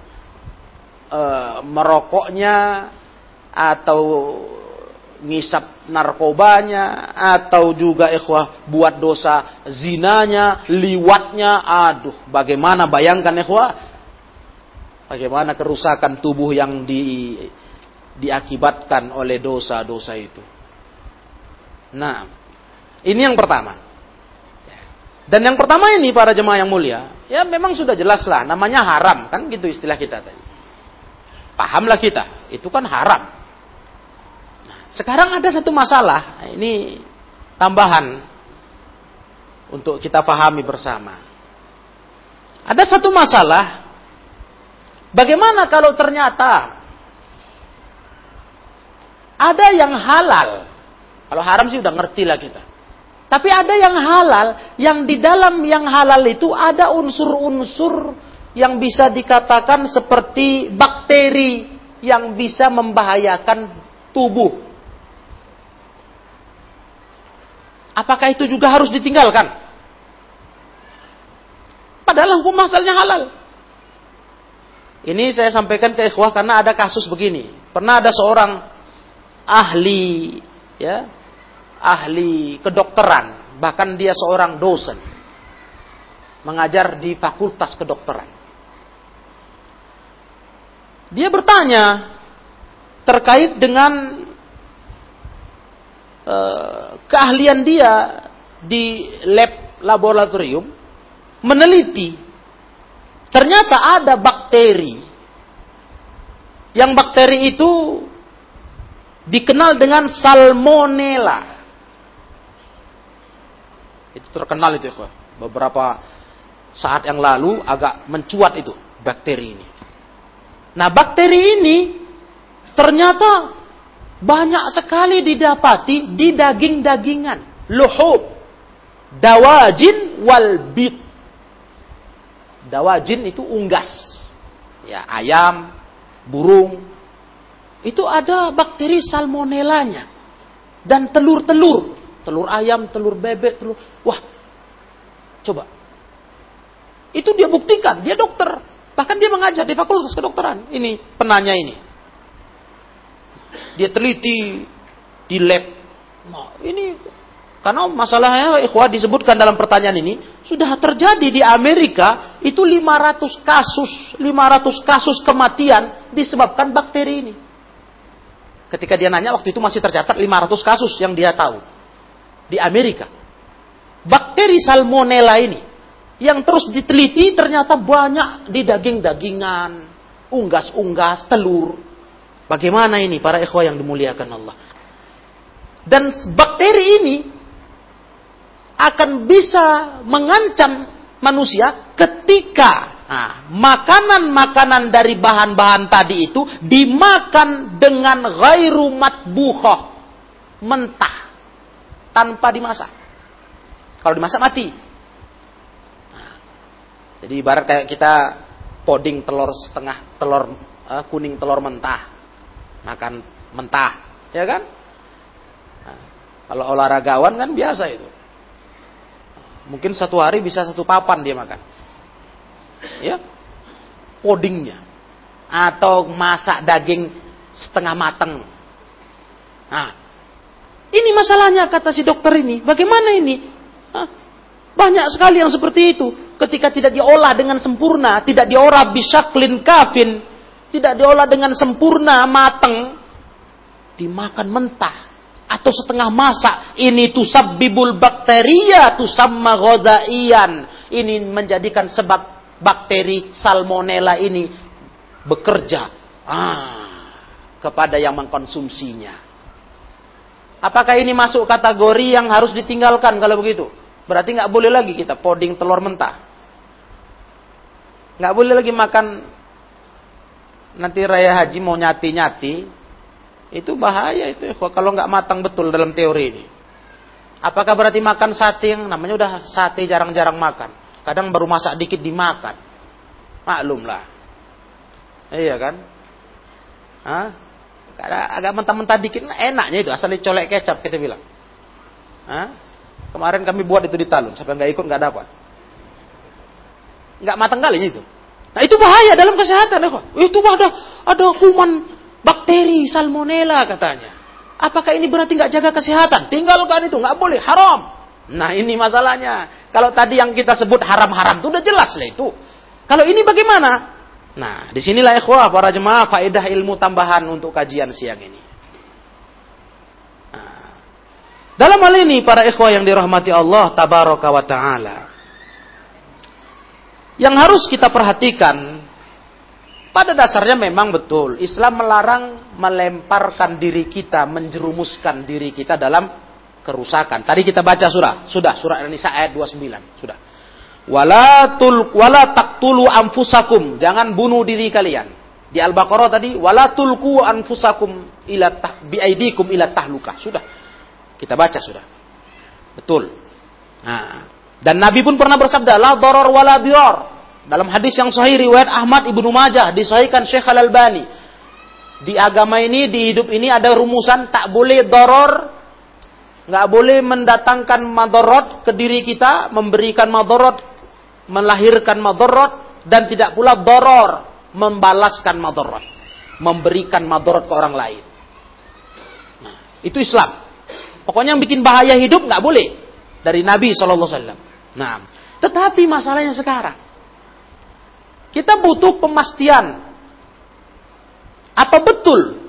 merokoknya, atau ngisap narkobanya, atau juga ikhwah buat dosa zinanya, liwatnya. Aduh, bagaimana bayangkan ikhwah, bagaimana kerusakan tubuh yang diakibatkan oleh dosa-dosa itu. Nah, ini yang pertama. Dan yang pertama ini para jemaah yang mulia, ya memang sudah jelas lah, namanya haram, kan gitu istilah kita tadi. Pahamlah kita, itu kan haram. Sekarang ada satu masalah, ini tambahan untuk kita pahami bersama. Ada satu masalah, bagaimana kalau ternyata ada yang halal? Kalau haram sih udah ngerti lah kita. Tapi ada yang halal, yang di dalam yang halal itu ada unsur-unsur yang bisa dikatakan seperti bakteri yang bisa membahayakan tubuh. Apakah itu juga harus ditinggalkan? Padahal hukum asalnya halal. Ini saya sampaikan ke ikhwah karena ada kasus begini. Pernah ada seorang ahli kedokteran, bahkan dia seorang dosen, mengajar di fakultas kedokteran. Dia bertanya terkait dengan keahlian dia di lab laboratorium, meneliti. Ternyata ada bakteri. Yang bakteri itu dikenal dengan salmonella. Itu terkenal itu ya. Beberapa saat yang lalu agak mencuat itu bakteri ini. Nah, bakteri ini ternyata banyak sekali didapati di daging-dagingan, luhub, dawajin wal bit. Dawajin itu unggas, ya ayam, burung. Itu ada bakteri salmonellanya. Dan telur-telur, telur ayam, telur bebek, telur. Wah, coba. Itu dia buktikan, dia dokter. Bahkan dia mengajar di fakultas kedokteran. Ini penanya ini. Dia teliti di lab. Nah, ini karena masalahnya ikhwah disebutkan dalam pertanyaan ini sudah terjadi di Amerika itu 500 kasus kematian disebabkan bakteri ini. Ketika dia nanya waktu itu masih tercatat 500 kasus yang dia tahu di Amerika. Bakteri salmonella ini yang terus diteliti ternyata banyak di daging-dagingan, unggas-unggas, telur. Bagaimana ini para ikhwah yang dimuliakan Allah? Dan bakteri ini akan bisa mengancam manusia ketika makanan-makanan dari bahan-bahan tadi itu dimakan dengan ghairu matbukhah, mentah, tanpa dimasak. Kalau dimasak mati. Jadi ibarat kayak kita poding telur setengah, telur kuning telur mentah. Makan mentah, ya kan? Nah, kalau olahragawan kan biasa itu. Mungkin satu hari bisa 1 papan dia makan. Ya, podingnya. Atau masak daging setengah mateng. Nah, ini masalahnya kata si dokter ini. Bagaimana ini? Banyak sekali yang seperti itu. Ketika tidak diolah dengan sempurna, tidak diolah bisyaklin kafin, tidak diolah dengan sempurna, mateng, dimakan mentah atau setengah masak, ini tusabbibul bakteria tusamma ghadaiyan. Ini menjadikan sebab bakteri salmonella ini bekerja kepada yang mengkonsumsinya. Apakah ini masuk kategori yang harus ditinggalkan kalau begitu? Berarti nggak boleh lagi kita poding telur mentah. Nggak boleh lagi makan nanti raya haji mau nyati-nyati. Itu bahaya itu kalau nggak matang betul dalam teori ini. Apakah berarti makan sate yang namanya udah sate jarang-jarang makan. Kadang baru masak dikit dimakan. Maklumlah. Iya kan? Hah? Agak mentah-mentah dikit enaknya itu. Asal dicolek kecap kita bilang. Hah? Kemarin kami buat itu di Talun. Siapa nggak ikut nggak dapat. Nggak matang kali itu. Nah itu bahaya dalam kesehatan. Itu ada kuman bakteri salmonella katanya. Apakah ini berarti nggak jaga kesehatan? Tinggalkan itu, nggak boleh, haram. Nah ini masalahnya. Kalau tadi yang kita sebut haram-haram itu udah jelas lah itu. Kalau ini bagaimana? Nah disinilah ikhwah para jemaah faedah ilmu tambahan untuk kajian siang ini. Nah, dalam hal ini para ikhwah yang dirahmati Allah tabaraka wa ta'ala, yang harus kita perhatikan, pada dasarnya memang betul Islam melarang melemparkan diri kita, menjerumuskan diri kita dalam kerusakan. Tadi kita baca sudah surah An-Nisa ayat 29 sudah. Wala taqtulu anfusakum, jangan bunuh diri kalian. Di Al-Baqarah tadi wala tulqu anfusakum biaidikum ila tahluka. Sudah. Kita baca sudah. Betul. Nah, dan Nabi pun pernah bersabda la darar wala dirar. Dalam hadis yang sahih riwayat Ahmad Ibnu Majah disahihkan Syekh Al-Albani. Di agama ini, di hidup ini ada rumusan tak boleh darar, enggak boleh mendatangkan madarat ke diri kita, memberikan madarat, melahirkan madarat, dan tidak pula darar, membalaskan madarat, memberikan madarat ke orang lain. Nah, itu Islam. Pokoknya yang bikin bahaya hidup enggak boleh. Dari Nabi SAW. Nah, tetapi masalahnya sekarang, kita butuh pemastian. Apa betul?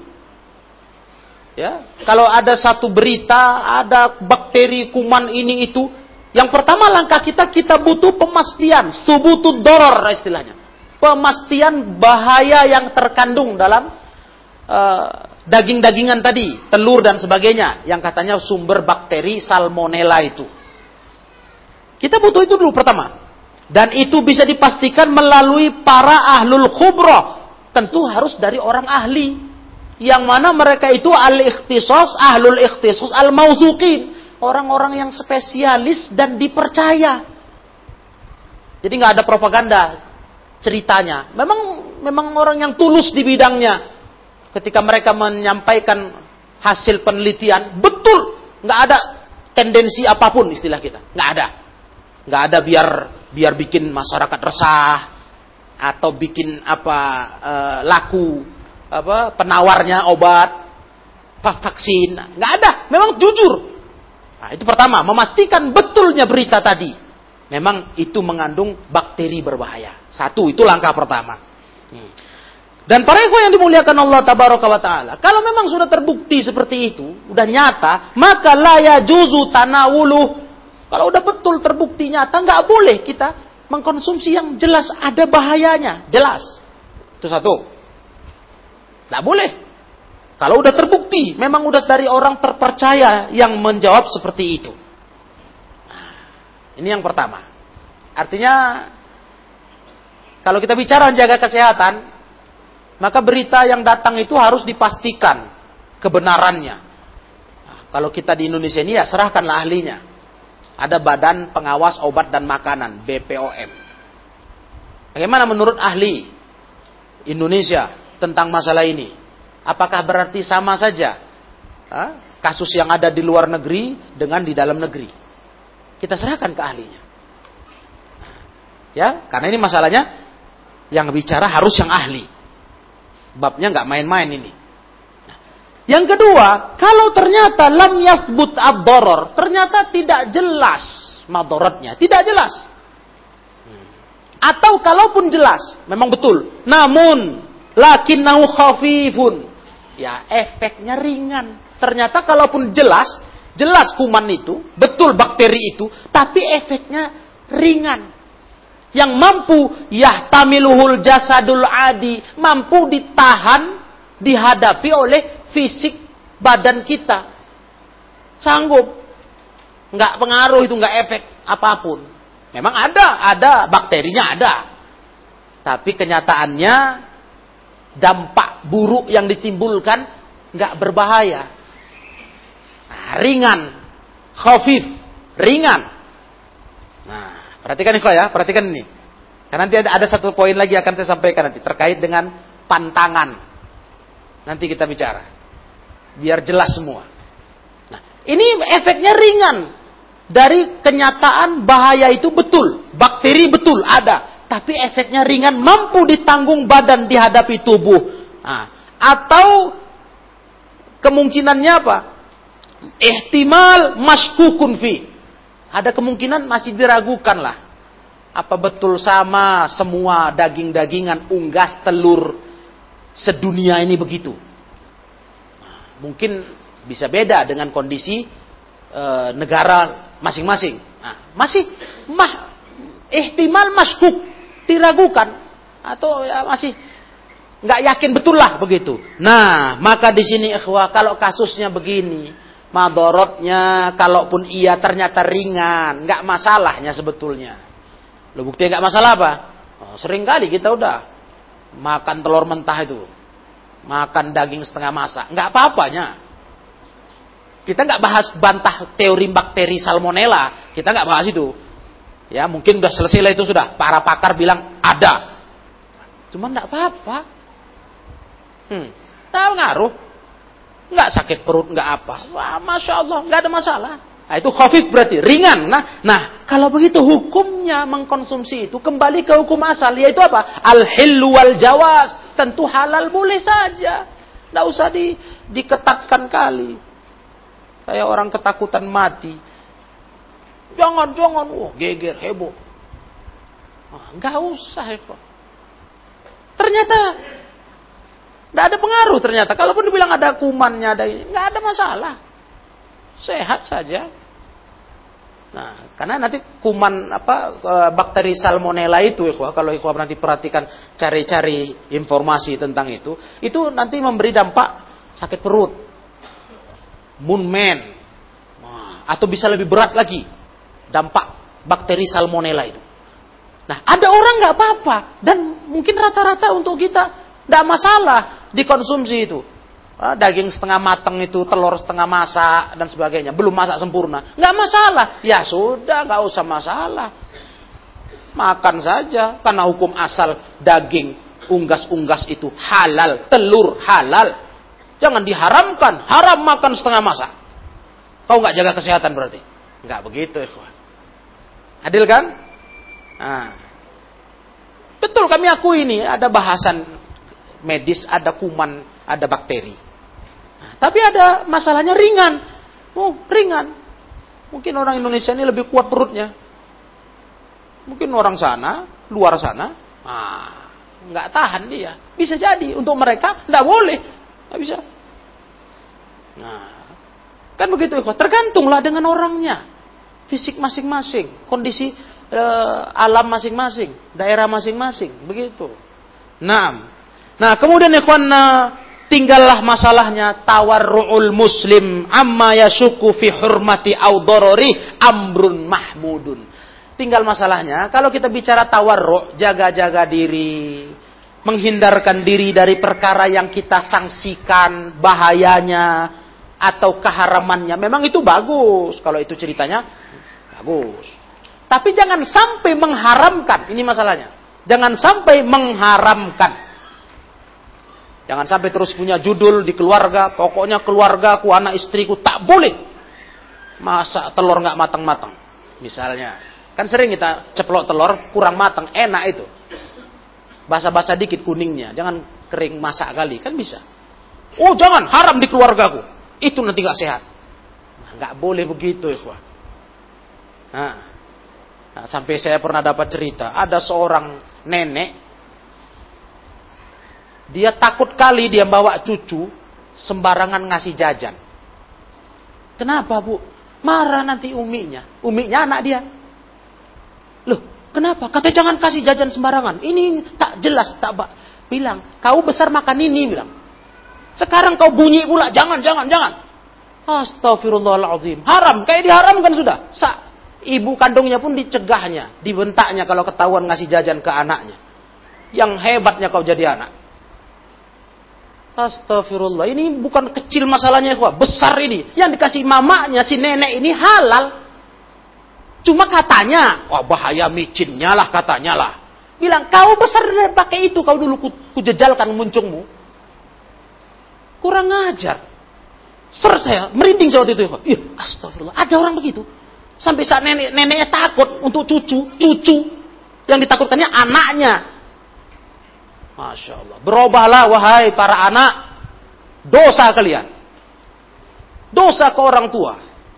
Ya, kalau ada satu berita, ada bakteri, kuman ini itu, yang pertama langkah kita butuh pemastian, subutud doror istilahnya. Pemastian bahaya yang terkandung dalam daging-dagingan tadi, telur dan sebagainya, yang katanya sumber bakteri salmonella itu. Kita butuh itu dulu pertama. Dan itu bisa dipastikan melalui para ahlul khubroh. Tentu harus dari orang ahli. Yang mana mereka itu al-ikhtisas, ahlul ikhtisas, al-mausuqin. Orang-orang yang spesialis dan dipercaya. Jadi nggak ada propaganda ceritanya. Memang orang yang tulus di bidangnya. Ketika mereka menyampaikan hasil penelitian, betul. Nggak ada tendensi apapun istilah kita. Nggak ada. Nggak ada biar bikin masyarakat resah atau bikin laku penawarnya obat vaksin, nggak ada, memang jujur. Nah, itu pertama, memastikan betulnya berita tadi memang itu mengandung bakteri berbahaya. Satu, itu langkah pertama. Dan para ikhwan yang dimuliakan Allah tabaraka wa taala, kalau memang sudah terbukti seperti itu, udah nyata, maka la yajuzu tanawuluh. Kalau udah betul terbukti nyata, nggak boleh kita mengkonsumsi yang jelas ada bahayanya. Jelas. Itu satu. Nggak boleh. Kalau udah terbukti, memang udah dari orang terpercaya yang menjawab seperti itu. Ini yang pertama. Artinya, kalau kita bicara menjaga kesehatan, maka berita yang datang itu harus dipastikan kebenarannya. Nah, kalau kita di Indonesia ini ya serahkanlah ahlinya. Ada Badan Pengawas Obat dan Makanan, BPOM. Bagaimana menurut ahli Indonesia tentang masalah ini? Apakah berarti sama saja kasus yang ada di luar negeri dengan di dalam negeri? Kita serahkan ke ahlinya. Ya, karena ini masalahnya yang bicara harus yang ahli. Babnya nggak main-main ini. Yang kedua, kalau ternyata lam yathbut ad-darar, ternyata tidak jelas madaratnya, tidak jelas. Atau kalaupun jelas, memang betul, namun lakinnahu khafifun. Ya, efeknya ringan. Ternyata kalaupun jelas kuman itu, betul bakteri itu, tapi efeknya ringan. Yang mampu yahtamiluhul jasadul adi, mampu ditahan, dihadapi oleh fisik badan kita. Sanggup. Nggak pengaruh itu, nggak efek. apapun. Memang ada bakterinya ada. Tapi kenyataannya dampak buruk yang ditimbulkan nggak berbahaya. Nah, ringan, khafif, ringan. Nah, perhatikan ya, perhatikan ini. Karena nanti ada satu poin lagi akan saya sampaikan nanti terkait dengan pantangan. Nanti kita bicara. Biar jelas semua. Nah, ini efeknya ringan. Dari kenyataan bahaya itu betul. Bakteri betul ada. Tapi efeknya ringan, mampu ditanggung badan dihadapi tubuh. Nah, atau kemungkinannya apa? Ihtimal maskukun fi. Ada kemungkinan masih diragukan lah. Apa betul sama semua daging-dagingan, unggas, telur sedunia ini begitu? Nah, mungkin bisa beda dengan kondisi negara masing-masing. Nah, masih ihtimal maskuk, diragukan atau ya masih nggak yakin betul lah begitu. Nah, maka di sini ikhwah, kalau kasusnya begini, madorotnya kalaupun iya ternyata ringan, nggak masalahnya sebetulnya. Lo buktinya nggak masalah apa? Oh, sering kali kita udah makan telur mentah itu, makan daging setengah masak, nggak apa-apanya. Kita nggak bahas bantah teori bakteri salmonella, kita nggak bahas itu. Ya mungkin udah selesai lah itu sudah. Para pakar bilang ada, cuman nggak apa-apa. Nggak ngaruh, nggak sakit perut, nggak apa. Wah, masya Allah, nggak ada masalah. Nah, itu khafif berarti ringan. Nah, kalau begitu hukumnya mengkonsumsi itu kembali ke hukum asal, yaitu apa? Al-hillu wal jawaz. Tentu halal boleh saja. Nggak usah diketatkan kali. Kayak orang ketakutan mati. Jangan. Wah, geger, heboh. Nggak usah, kok. Ternyata nggak ada pengaruh ternyata. Kalaupun dibilang ada kumannya, nggak ada masalah. Sehat saja. Nah, karena nanti kuman bakteri salmonella itu, kalau ikhwah nanti perhatikan, cari-cari informasi tentang itu nanti memberi dampak sakit perut, moonman, atau bisa lebih berat lagi dampak bakteri salmonella itu. Nah, ada orang nggak apa-apa dan mungkin rata-rata untuk kita nggak masalah dikonsumsi itu. Daging setengah matang itu, telur setengah masak dan sebagainya, belum masak sempurna, nggak masalah. Ya sudah, nggak usah masalah, makan saja. Karena hukum asal daging unggas-unggas itu halal, telur halal, jangan diharamkan. Haram makan setengah masak. Kau nggak jaga kesehatan berarti? Nggak begitu, ikhwan. Adil kan? Nah, betul kami akui ini ada bahasan medis, ada kuman, ada bakteri. Tapi ada masalahnya ringan. Ringan. Mungkin orang Indonesia ini lebih kuat perutnya. Mungkin orang sana, luar sana, nggak tahan dia. Bisa jadi. Untuk mereka, nggak boleh. Nggak bisa. Nah, kan begitu. Tergantunglah dengan orangnya. Fisik masing-masing. Kondisi alam masing-masing. Daerah masing-masing. Begitu. Nah, kemudian ikhwan, tinggallah masalahnya tawarru'ul muslim amma yasuku fi hurmati aw darari amrun mahmudun. Tinggal masalahnya kalau kita bicara tawarru', jaga-jaga diri, menghindarkan diri dari perkara yang kita sangsikan bahayanya atau keharamannya. Memang itu bagus kalau itu ceritanya bagus. Tapi jangan sampai mengharamkan, ini masalahnya. Jangan sampai mengharamkan. Jangan sampai terus punya judul di keluarga, pokoknya keluargaku, anak istriku tak boleh masak telur nggak matang-matang. Misalnya, kan sering kita ceplok telur kurang matang, enak itu. Basah-basah dikit kuningnya, jangan kering masak kali, kan bisa. Oh jangan, haram di keluargaku, itu nanti nggak sehat. Nggak boleh begitu, ikhwah. Nah, sampai saya pernah dapat cerita, ada seorang nenek. Dia takut kali dia bawa cucu sembarangan ngasih jajan. Kenapa, Bu? Marah nanti uminya. Uminya anak dia. Loh, kenapa? Kata jangan kasih jajan sembarangan. Ini tak jelas, tak bilang. Kau besar makan ini, bilang. Sekarang kau bunyi pula, jangan. Astagfirullahaladzim. Haram, kayak diharamkan sudah. ibu kandungnya pun dicegahnya, dibentaknya kalau ketahuan ngasih jajan ke anaknya. Yang hebatnya kau jadi anak. Astagfirullah, ini bukan kecil masalahnya, besar ini. Yang dikasih mamanya si nenek ini halal. Cuma katanya, wah bahaya micinnya lah katanya lah. Bilang, kau besar pakai itu, kau dulu kujejalkan muncungmu. Kurang ajar. Saya merinding waktu itu. Iya, astagfirullah, ada orang begitu. Sampai saat neneknya takut untuk cucu. Yang ditakutkannya anaknya. Masya Allah. Berubahlah wahai para anak. Dosa kalian. Dosa ke orang tua.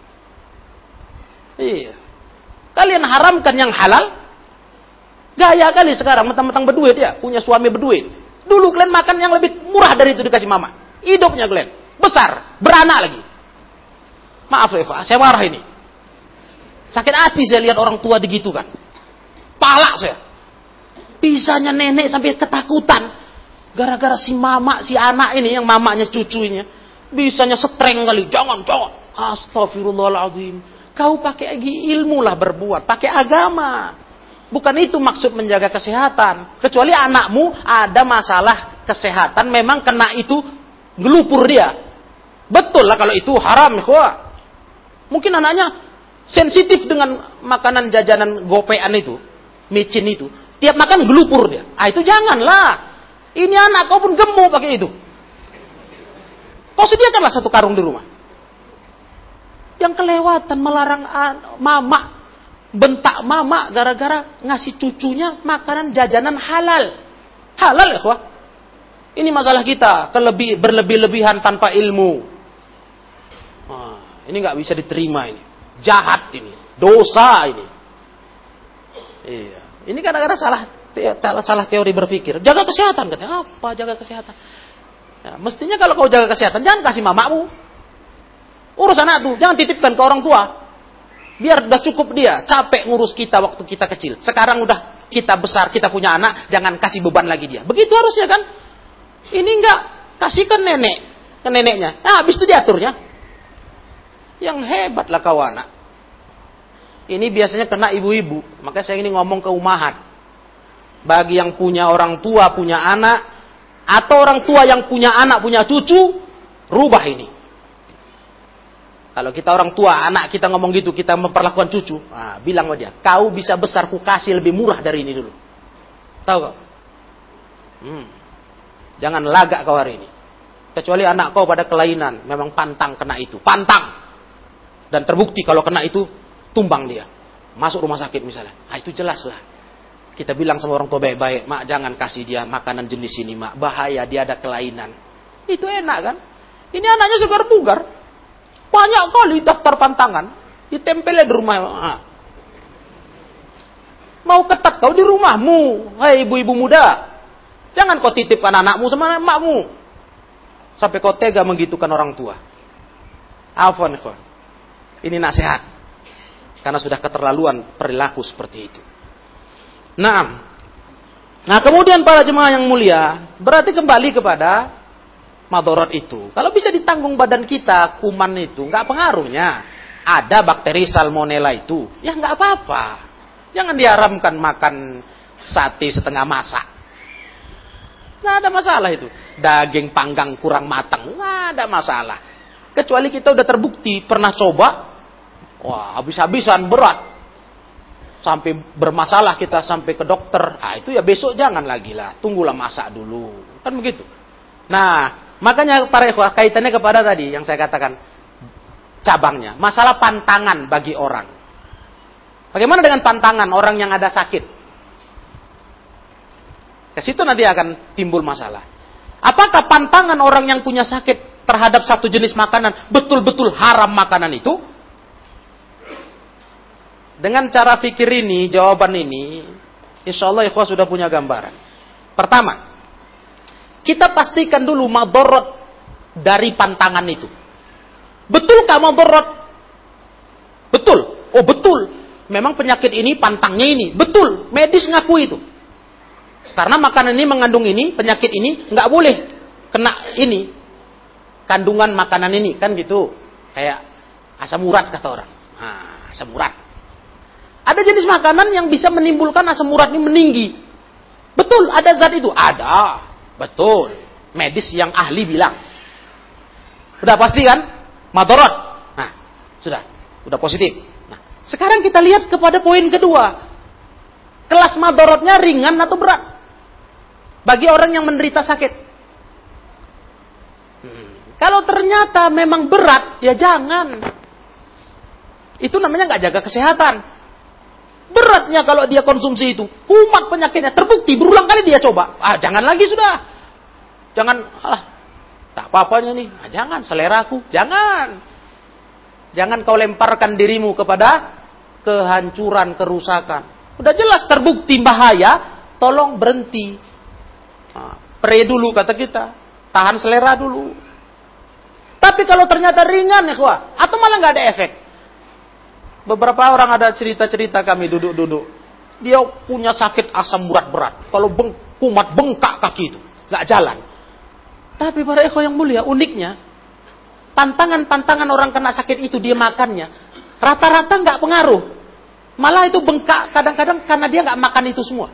Iya. Kalian haramkan yang halal. Gaya kali sekarang. Mentang-mentang berduit ya. Punya suami berduit. Dulu kalian makan yang lebih murah dari itu dikasih mama. Hidupnya kalian. Besar. Beranak lagi. Maaf ya, saya marah ini. Sakit hati saya lihat orang tua digitukan. Palak saya. Bisanya nenek sampai ketakutan. Gara-gara si mama, si anak ini, yang mamanya cucunya. Bisanya setreng kali. Jangan. Astagfirullahaladzim. Kau pakai ilmu lah berbuat. Pakai agama. Bukan itu maksud menjaga kesehatan. Kecuali anakmu ada masalah kesehatan. Memang kena itu ngelupur dia. Betul lah kalau itu haram. Mungkin anaknya sensitif dengan makanan jajanan gopean itu. Micin itu. Tiap makan gelupur dia. Itu janganlah. Ini anak kau pun gemuk pakai itu. Kau sediakanlah satu karung di rumah. Yang kelewatan melarang mama, bentak mama gara-gara ngasih cucunya makanan jajanan halal. Halal ya, wah. Ini masalah kita, berlebih-lebihan tanpa ilmu. Ini nggak bisa diterima ini. Jahat ini, dosa ini. Iya. Ini kadang-kadang salah teori berpikir. Jaga kesehatan katanya. Apa jaga kesehatan? Ya, mestinya kalau kau jaga kesehatan jangan kasih mamamu. Urus anak tuh, jangan titipkan ke orang tua. Biar udah cukup dia, capek ngurus kita waktu kita kecil. Sekarang udah kita besar, kita punya anak, jangan kasih beban lagi dia. Begitu harusnya kan? Ini enggak, kasihkan ke neneknya. Habis itu diaturnya. Yang hebatlah kau anak. Ini biasanya kena ibu-ibu. Makanya saya ini ngomong ke umahat. Bagi yang punya orang tua, punya anak, atau orang tua yang punya anak, punya cucu, rubah ini. Kalau kita orang tua, anak kita ngomong gitu, kita memperlakukan cucu, bilang aja, kau bisa besar, ku kasih lebih murah dari ini dulu. Tahu kau? Jangan lagak kau hari ini. Kecuali anak kau pada kelainan, memang pantang kena itu. Pantang! Dan terbukti kalau kena itu, tumbang dia. Masuk rumah sakit misalnya. Itu jelas lah. Kita bilang sama orang tua baik-baik, mak jangan kasih dia makanan jenis ini, mak. Bahaya, dia ada kelainan. Itu enak kan? Ini anaknya segar bugar. Banyak kali daftar pantangan. Ditempelnya di rumah. Mau ketat kau di rumahmu. Hai ibu-ibu muda. Jangan kau titipkan anakmu sama makmu. Sampai kau tega menggitukan orang tua. Afwan, ikhwan. Ini nasihat. Karena sudah keterlaluan perilaku seperti itu. Nah kemudian para jemaah yang mulia, berarti kembali kepada madorot itu. Kalau bisa ditanggung badan kita, kuman itu, nggak pengaruhnya. Ada bakteri salmonella itu, ya nggak apa-apa. Jangan diharamkan makan sate setengah masak. Nggak ada masalah itu. Daging panggang kurang matang, nggak ada masalah. Kecuali kita udah terbukti, pernah coba, wah habis-habisan berat. Sampai bermasalah kita sampai ke dokter. Itu ya besok jangan lagi lah. Tunggulah masak dulu. Kan begitu. Nah, makanya para ikhwah kaitannya kepada tadi yang saya katakan cabangnya. Masalah pantangan bagi orang. Bagaimana dengan pantangan orang yang ada sakit? Ke situ nanti akan timbul masalah. Apakah pantangan orang yang punya sakit terhadap satu jenis makanan betul-betul haram makanan itu? Dengan cara fikir ini, jawaban ini, insya Allah ikhwah sudah punya gambaran. Pertama, kita pastikan dulu madorot dari pantangan itu. Betulkah madorot? Betul. Oh betul. Memang penyakit ini, pantangnya ini. Betul. Medis ngaku itu. Karena makanan ini mengandung ini, penyakit ini, nggak boleh kena ini. Kandungan makanan ini, kan gitu. Kayak asam urat kata orang. Asam urat. Ada jenis makanan yang bisa menimbulkan asam urat ini meninggi. Betul, ada zat itu. Ada. Betul. Medis yang ahli bilang. Udah pasti kan? Madorot. Nah, sudah. Udah positif. Nah, sekarang kita lihat kepada poin kedua. Kelas madorotnya ringan atau berat? Bagi orang yang menderita sakit. Kalau ternyata memang berat, ya jangan. Itu namanya nggak jaga kesehatan. Beratnya kalau dia konsumsi itu, kumat penyakitnya, terbukti berulang kali dia coba. Jangan lagi sudah. Jangan, tak apa-apanya nih. Jangan, selera aku. Jangan. Jangan kau lemparkan dirimu kepada kehancuran, kerusakan. Udah jelas terbukti bahaya, tolong berhenti. Pre dulu kata kita. Tahan selera dulu. Tapi kalau ternyata ringan, atau malah nggak ada efek. Beberapa orang ada cerita-cerita kami duduk-duduk. Dia punya sakit asam urat berat. Kalau kumat bengkak kaki itu. Nggak jalan. Tapi para ikhwan yang mulia, uniknya. Pantangan-pantangan orang kena sakit itu dia makannya. Rata-rata nggak pengaruh. Malah itu bengkak kadang-kadang karena dia nggak makan itu semua.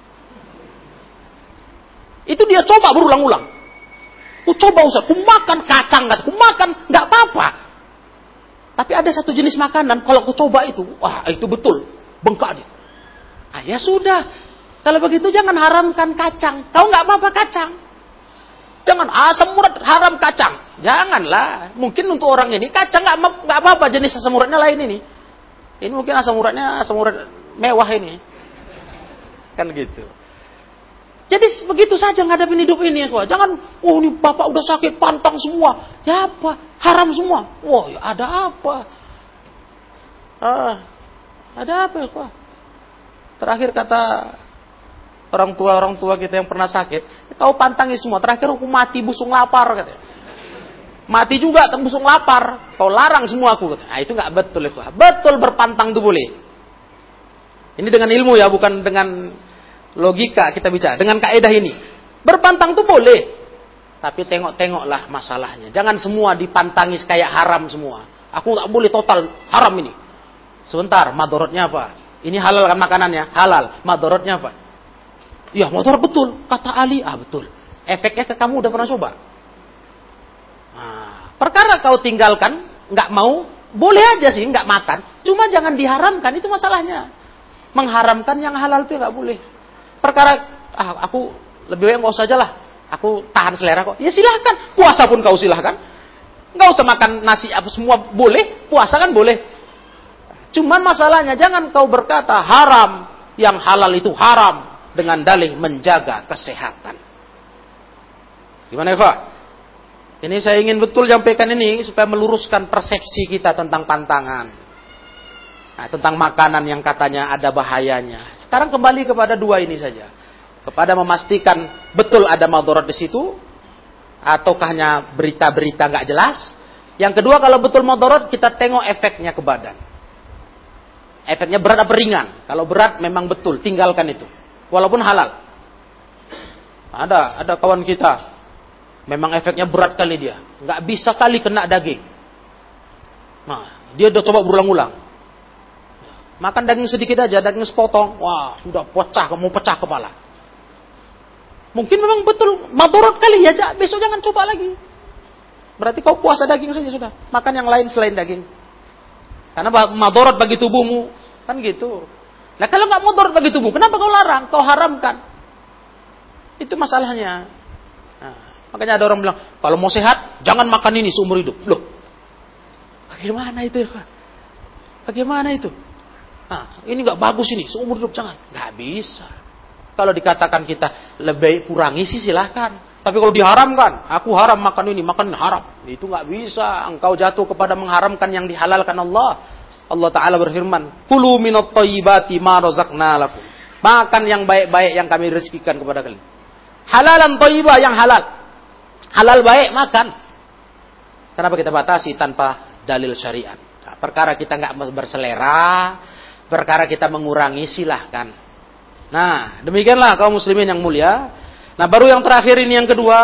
Itu dia coba berulang-ulang. Coba Ustaz, ku makan kacang, ku makan nggak apa-apa. Tapi ada satu jenis makanan, kalau aku coba itu, itu betul, bengkak dia. Ya sudah, kalau begitu jangan haramkan kacang. Kau nggak apa-apa kacang. Jangan asam urat haram kacang. Janganlah. Mungkin untuk orang ini kacang nggak apa-apa, jenis asam uratnya lain ini. Ini mungkin asam urat mewah ini. Kan gitu. Jadi begitu saja ngadapin hidup ini ya. Jangan, ini bapak udah sakit pantang semua. Ya apa? Haram semua. Ya ada apa? Ada apa ya kok? Terakhir kata orang tua kita yang pernah sakit, kau pantangi semua. Terakhir aku mati busung lapar katanya. Mati juga busung lapar. Kau larang semua aku katanya. Itu nggak betul ya. Betul berpantang itu boleh. Ini dengan ilmu ya, bukan dengan logika kita bicara. Dengan kaidah ini. Berpantang itu boleh. Tapi tengok-tengoklah masalahnya. Jangan semua dipantangi kayak haram semua. Aku nggak boleh total haram ini. Sebentar, madorotnya apa? Ini halal kan makanannya? Halal. Madorotnya apa? Ya, madorot betul. Kata Ali, betul. Efeknya ke kamu udah pernah coba? Perkara kau tinggalkan, nggak mau, boleh aja sih nggak makan. Cuma jangan diharamkan, itu masalahnya. Mengharamkan yang halal itu nggak boleh. Perkara, aku lebih baik nggak usah aja lah. Aku tahan selera kok. Ya silahkan. Puasa pun kau silahkan. Nggak usah makan nasi apa semua boleh. Puasa kan boleh. Cuman masalahnya jangan kau berkata haram. Yang halal itu haram. Dengan dalih menjaga kesehatan. Gimana ya Pak? Ini saya ingin betul sampaikan ini supaya meluruskan persepsi kita tentang pantangan. Tentang makanan yang katanya ada bahayanya. Sekarang kembali kepada dua ini saja. Kepada memastikan betul ada madorot di situ, ataukah hanya berita-berita nggak jelas. Yang kedua, kalau betul madorot, kita tengok efeknya ke badan. Efeknya berat apa ringan? Kalau berat memang betul, tinggalkan itu. Walaupun halal. Ada kawan kita, memang efeknya berat kali dia. Nggak bisa kali kena daging. Dia udah coba berulang-ulang. Makan daging sedikit aja, daging sepotong. Wah, sudah mau pecah kepala. Mungkin memang betul madorot kali ya, besok jangan coba lagi. Berarti kau puasa daging saja sudah. Makan yang lain selain daging. Karena madorot bagi tubuhmu. Kan gitu. Nah kalau nggak madorot bagi tubuh, kenapa kau larang? Kau haramkan. Itu masalahnya. Makanya ada orang bilang, kalau mau sehat, jangan makan ini seumur hidup. Loh, bagaimana itu ya? Bagaimana itu? Ini nggak bagus ini, seumur hidup jangan. Nggak bisa. Kalau dikatakan kita lebih kurangi sih silahkan. Tapi kalau diharamkan, aku haram makan ini, makan haram. Itu nggak bisa. Engkau jatuh kepada mengharamkan yang dihalalkan Allah. Allah Ta'ala berfirman, Kulu minat thayyibati ma razaqna lakum. Makan yang baik-baik yang kami rezekikan kepada kalian. Halalan thayyibah yang halal. Halal baik, makan. Kenapa kita batasi tanpa dalil syariat? Perkara kita nggak berselera, perkara kita mengurangi, silahkan. Nah, demikianlah kaum muslimin yang mulia. Nah, baru yang terakhir ini yang kedua,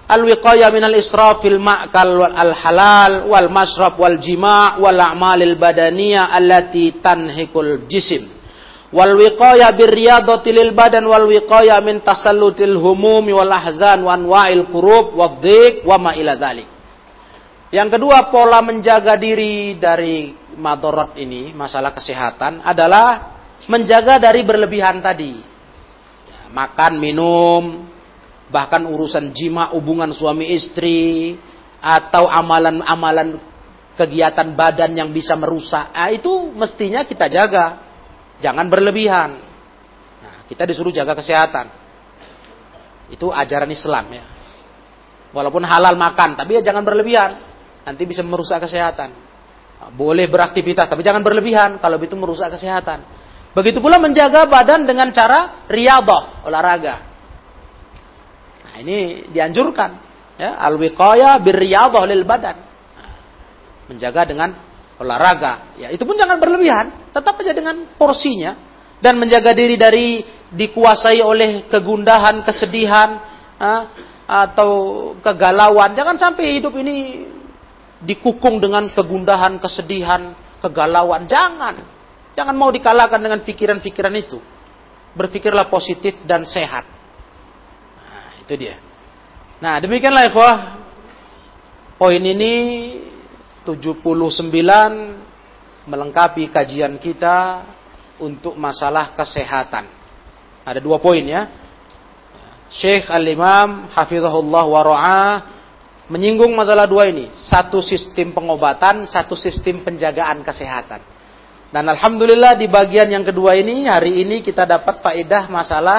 al-wiqayah minal israf fil ma'kal wal halal wal mashrab wal jima' wal a'malil badaniyah allati tanhikul jisim. Wal wiqayah birriyadati lil badan wal wiqayah min tasallutil humumi wal ahzan wa anwa'il qurub wadh-dhiq wa ma ila dzalik. Yang kedua, pola menjaga diri dari madarat ini, masalah kesehatan, adalah menjaga dari berlebihan tadi. Ya, makan, minum, bahkan urusan jima, hubungan suami istri, atau amalan-amalan kegiatan badan yang bisa merusak. Nah, itu mestinya kita jaga. Jangan berlebihan. Nah, kita disuruh jaga kesehatan. Itu ajaran Islam ya. Walaupun halal makan, tapi ya jangan berlebihan. Nanti bisa merusak kesehatan. Boleh beraktivitas, tapi jangan berlebihan. Kalau itu merusak kesehatan. Begitu pula menjaga badan dengan cara riyadhah, olahraga. Nah, ini dianjurkan. Ya, al-wiqayah birriyadhah lil badan. Nah, menjaga dengan olahraga. Ya, itu pun jangan berlebihan. Tetap aja dengan porsinya. Dan menjaga diri dari dikuasai oleh kegundahan, kesedihan, atau kegalauan. Jangan sampai hidup ini dikukung dengan kegundahan, kesedihan, kegalauan. Jangan mau dikalahkan dengan pikiran-pikiran itu. Berpikirlah positif dan sehat. Nah, itu dia. Nah, demikianlah ikhwah. Poin ini 79 melengkapi kajian kita untuk masalah kesehatan. Ada 2 poin ya. Syekh Al-Imam Hafizahullah wa ra'ah menyinggung masalah 2 ini. Satu sistem pengobatan, satu sistem penjagaan kesehatan. Dan alhamdulillah di bagian yang kedua ini, hari ini kita dapat faedah masalah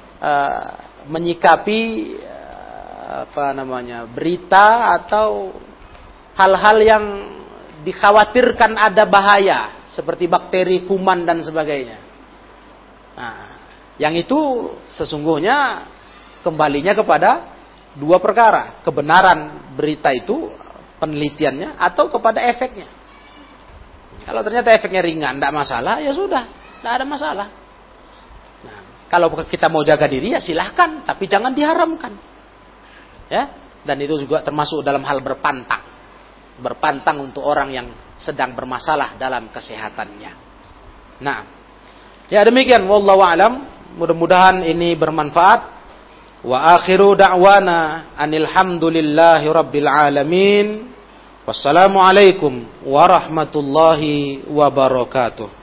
menyikapi berita atau hal-hal yang dikhawatirkan ada bahaya, seperti bakteri, kuman dan sebagainya. Nah, yang itu sesungguhnya kembalinya kepada 2 perkara. Kebenaran berita itu, penelitiannya, atau kepada efeknya. Kalau ternyata efeknya ringan, tidak masalah, ya sudah, tidak ada masalah. Nah, kalau kita mau jaga diri, ya silahkan, tapi jangan diharamkan. Ya, dan itu juga termasuk dalam hal berpantang. Berpantang untuk orang yang sedang bermasalah dalam kesehatannya. Nah, ya demikian. Wallahu a'lam. Mudah-mudahan ini bermanfaat. Wa akhiru da'wana anil hamdulillahi rabbil alamin. Wassalamualaikum warahmatullahi wabarakatuh.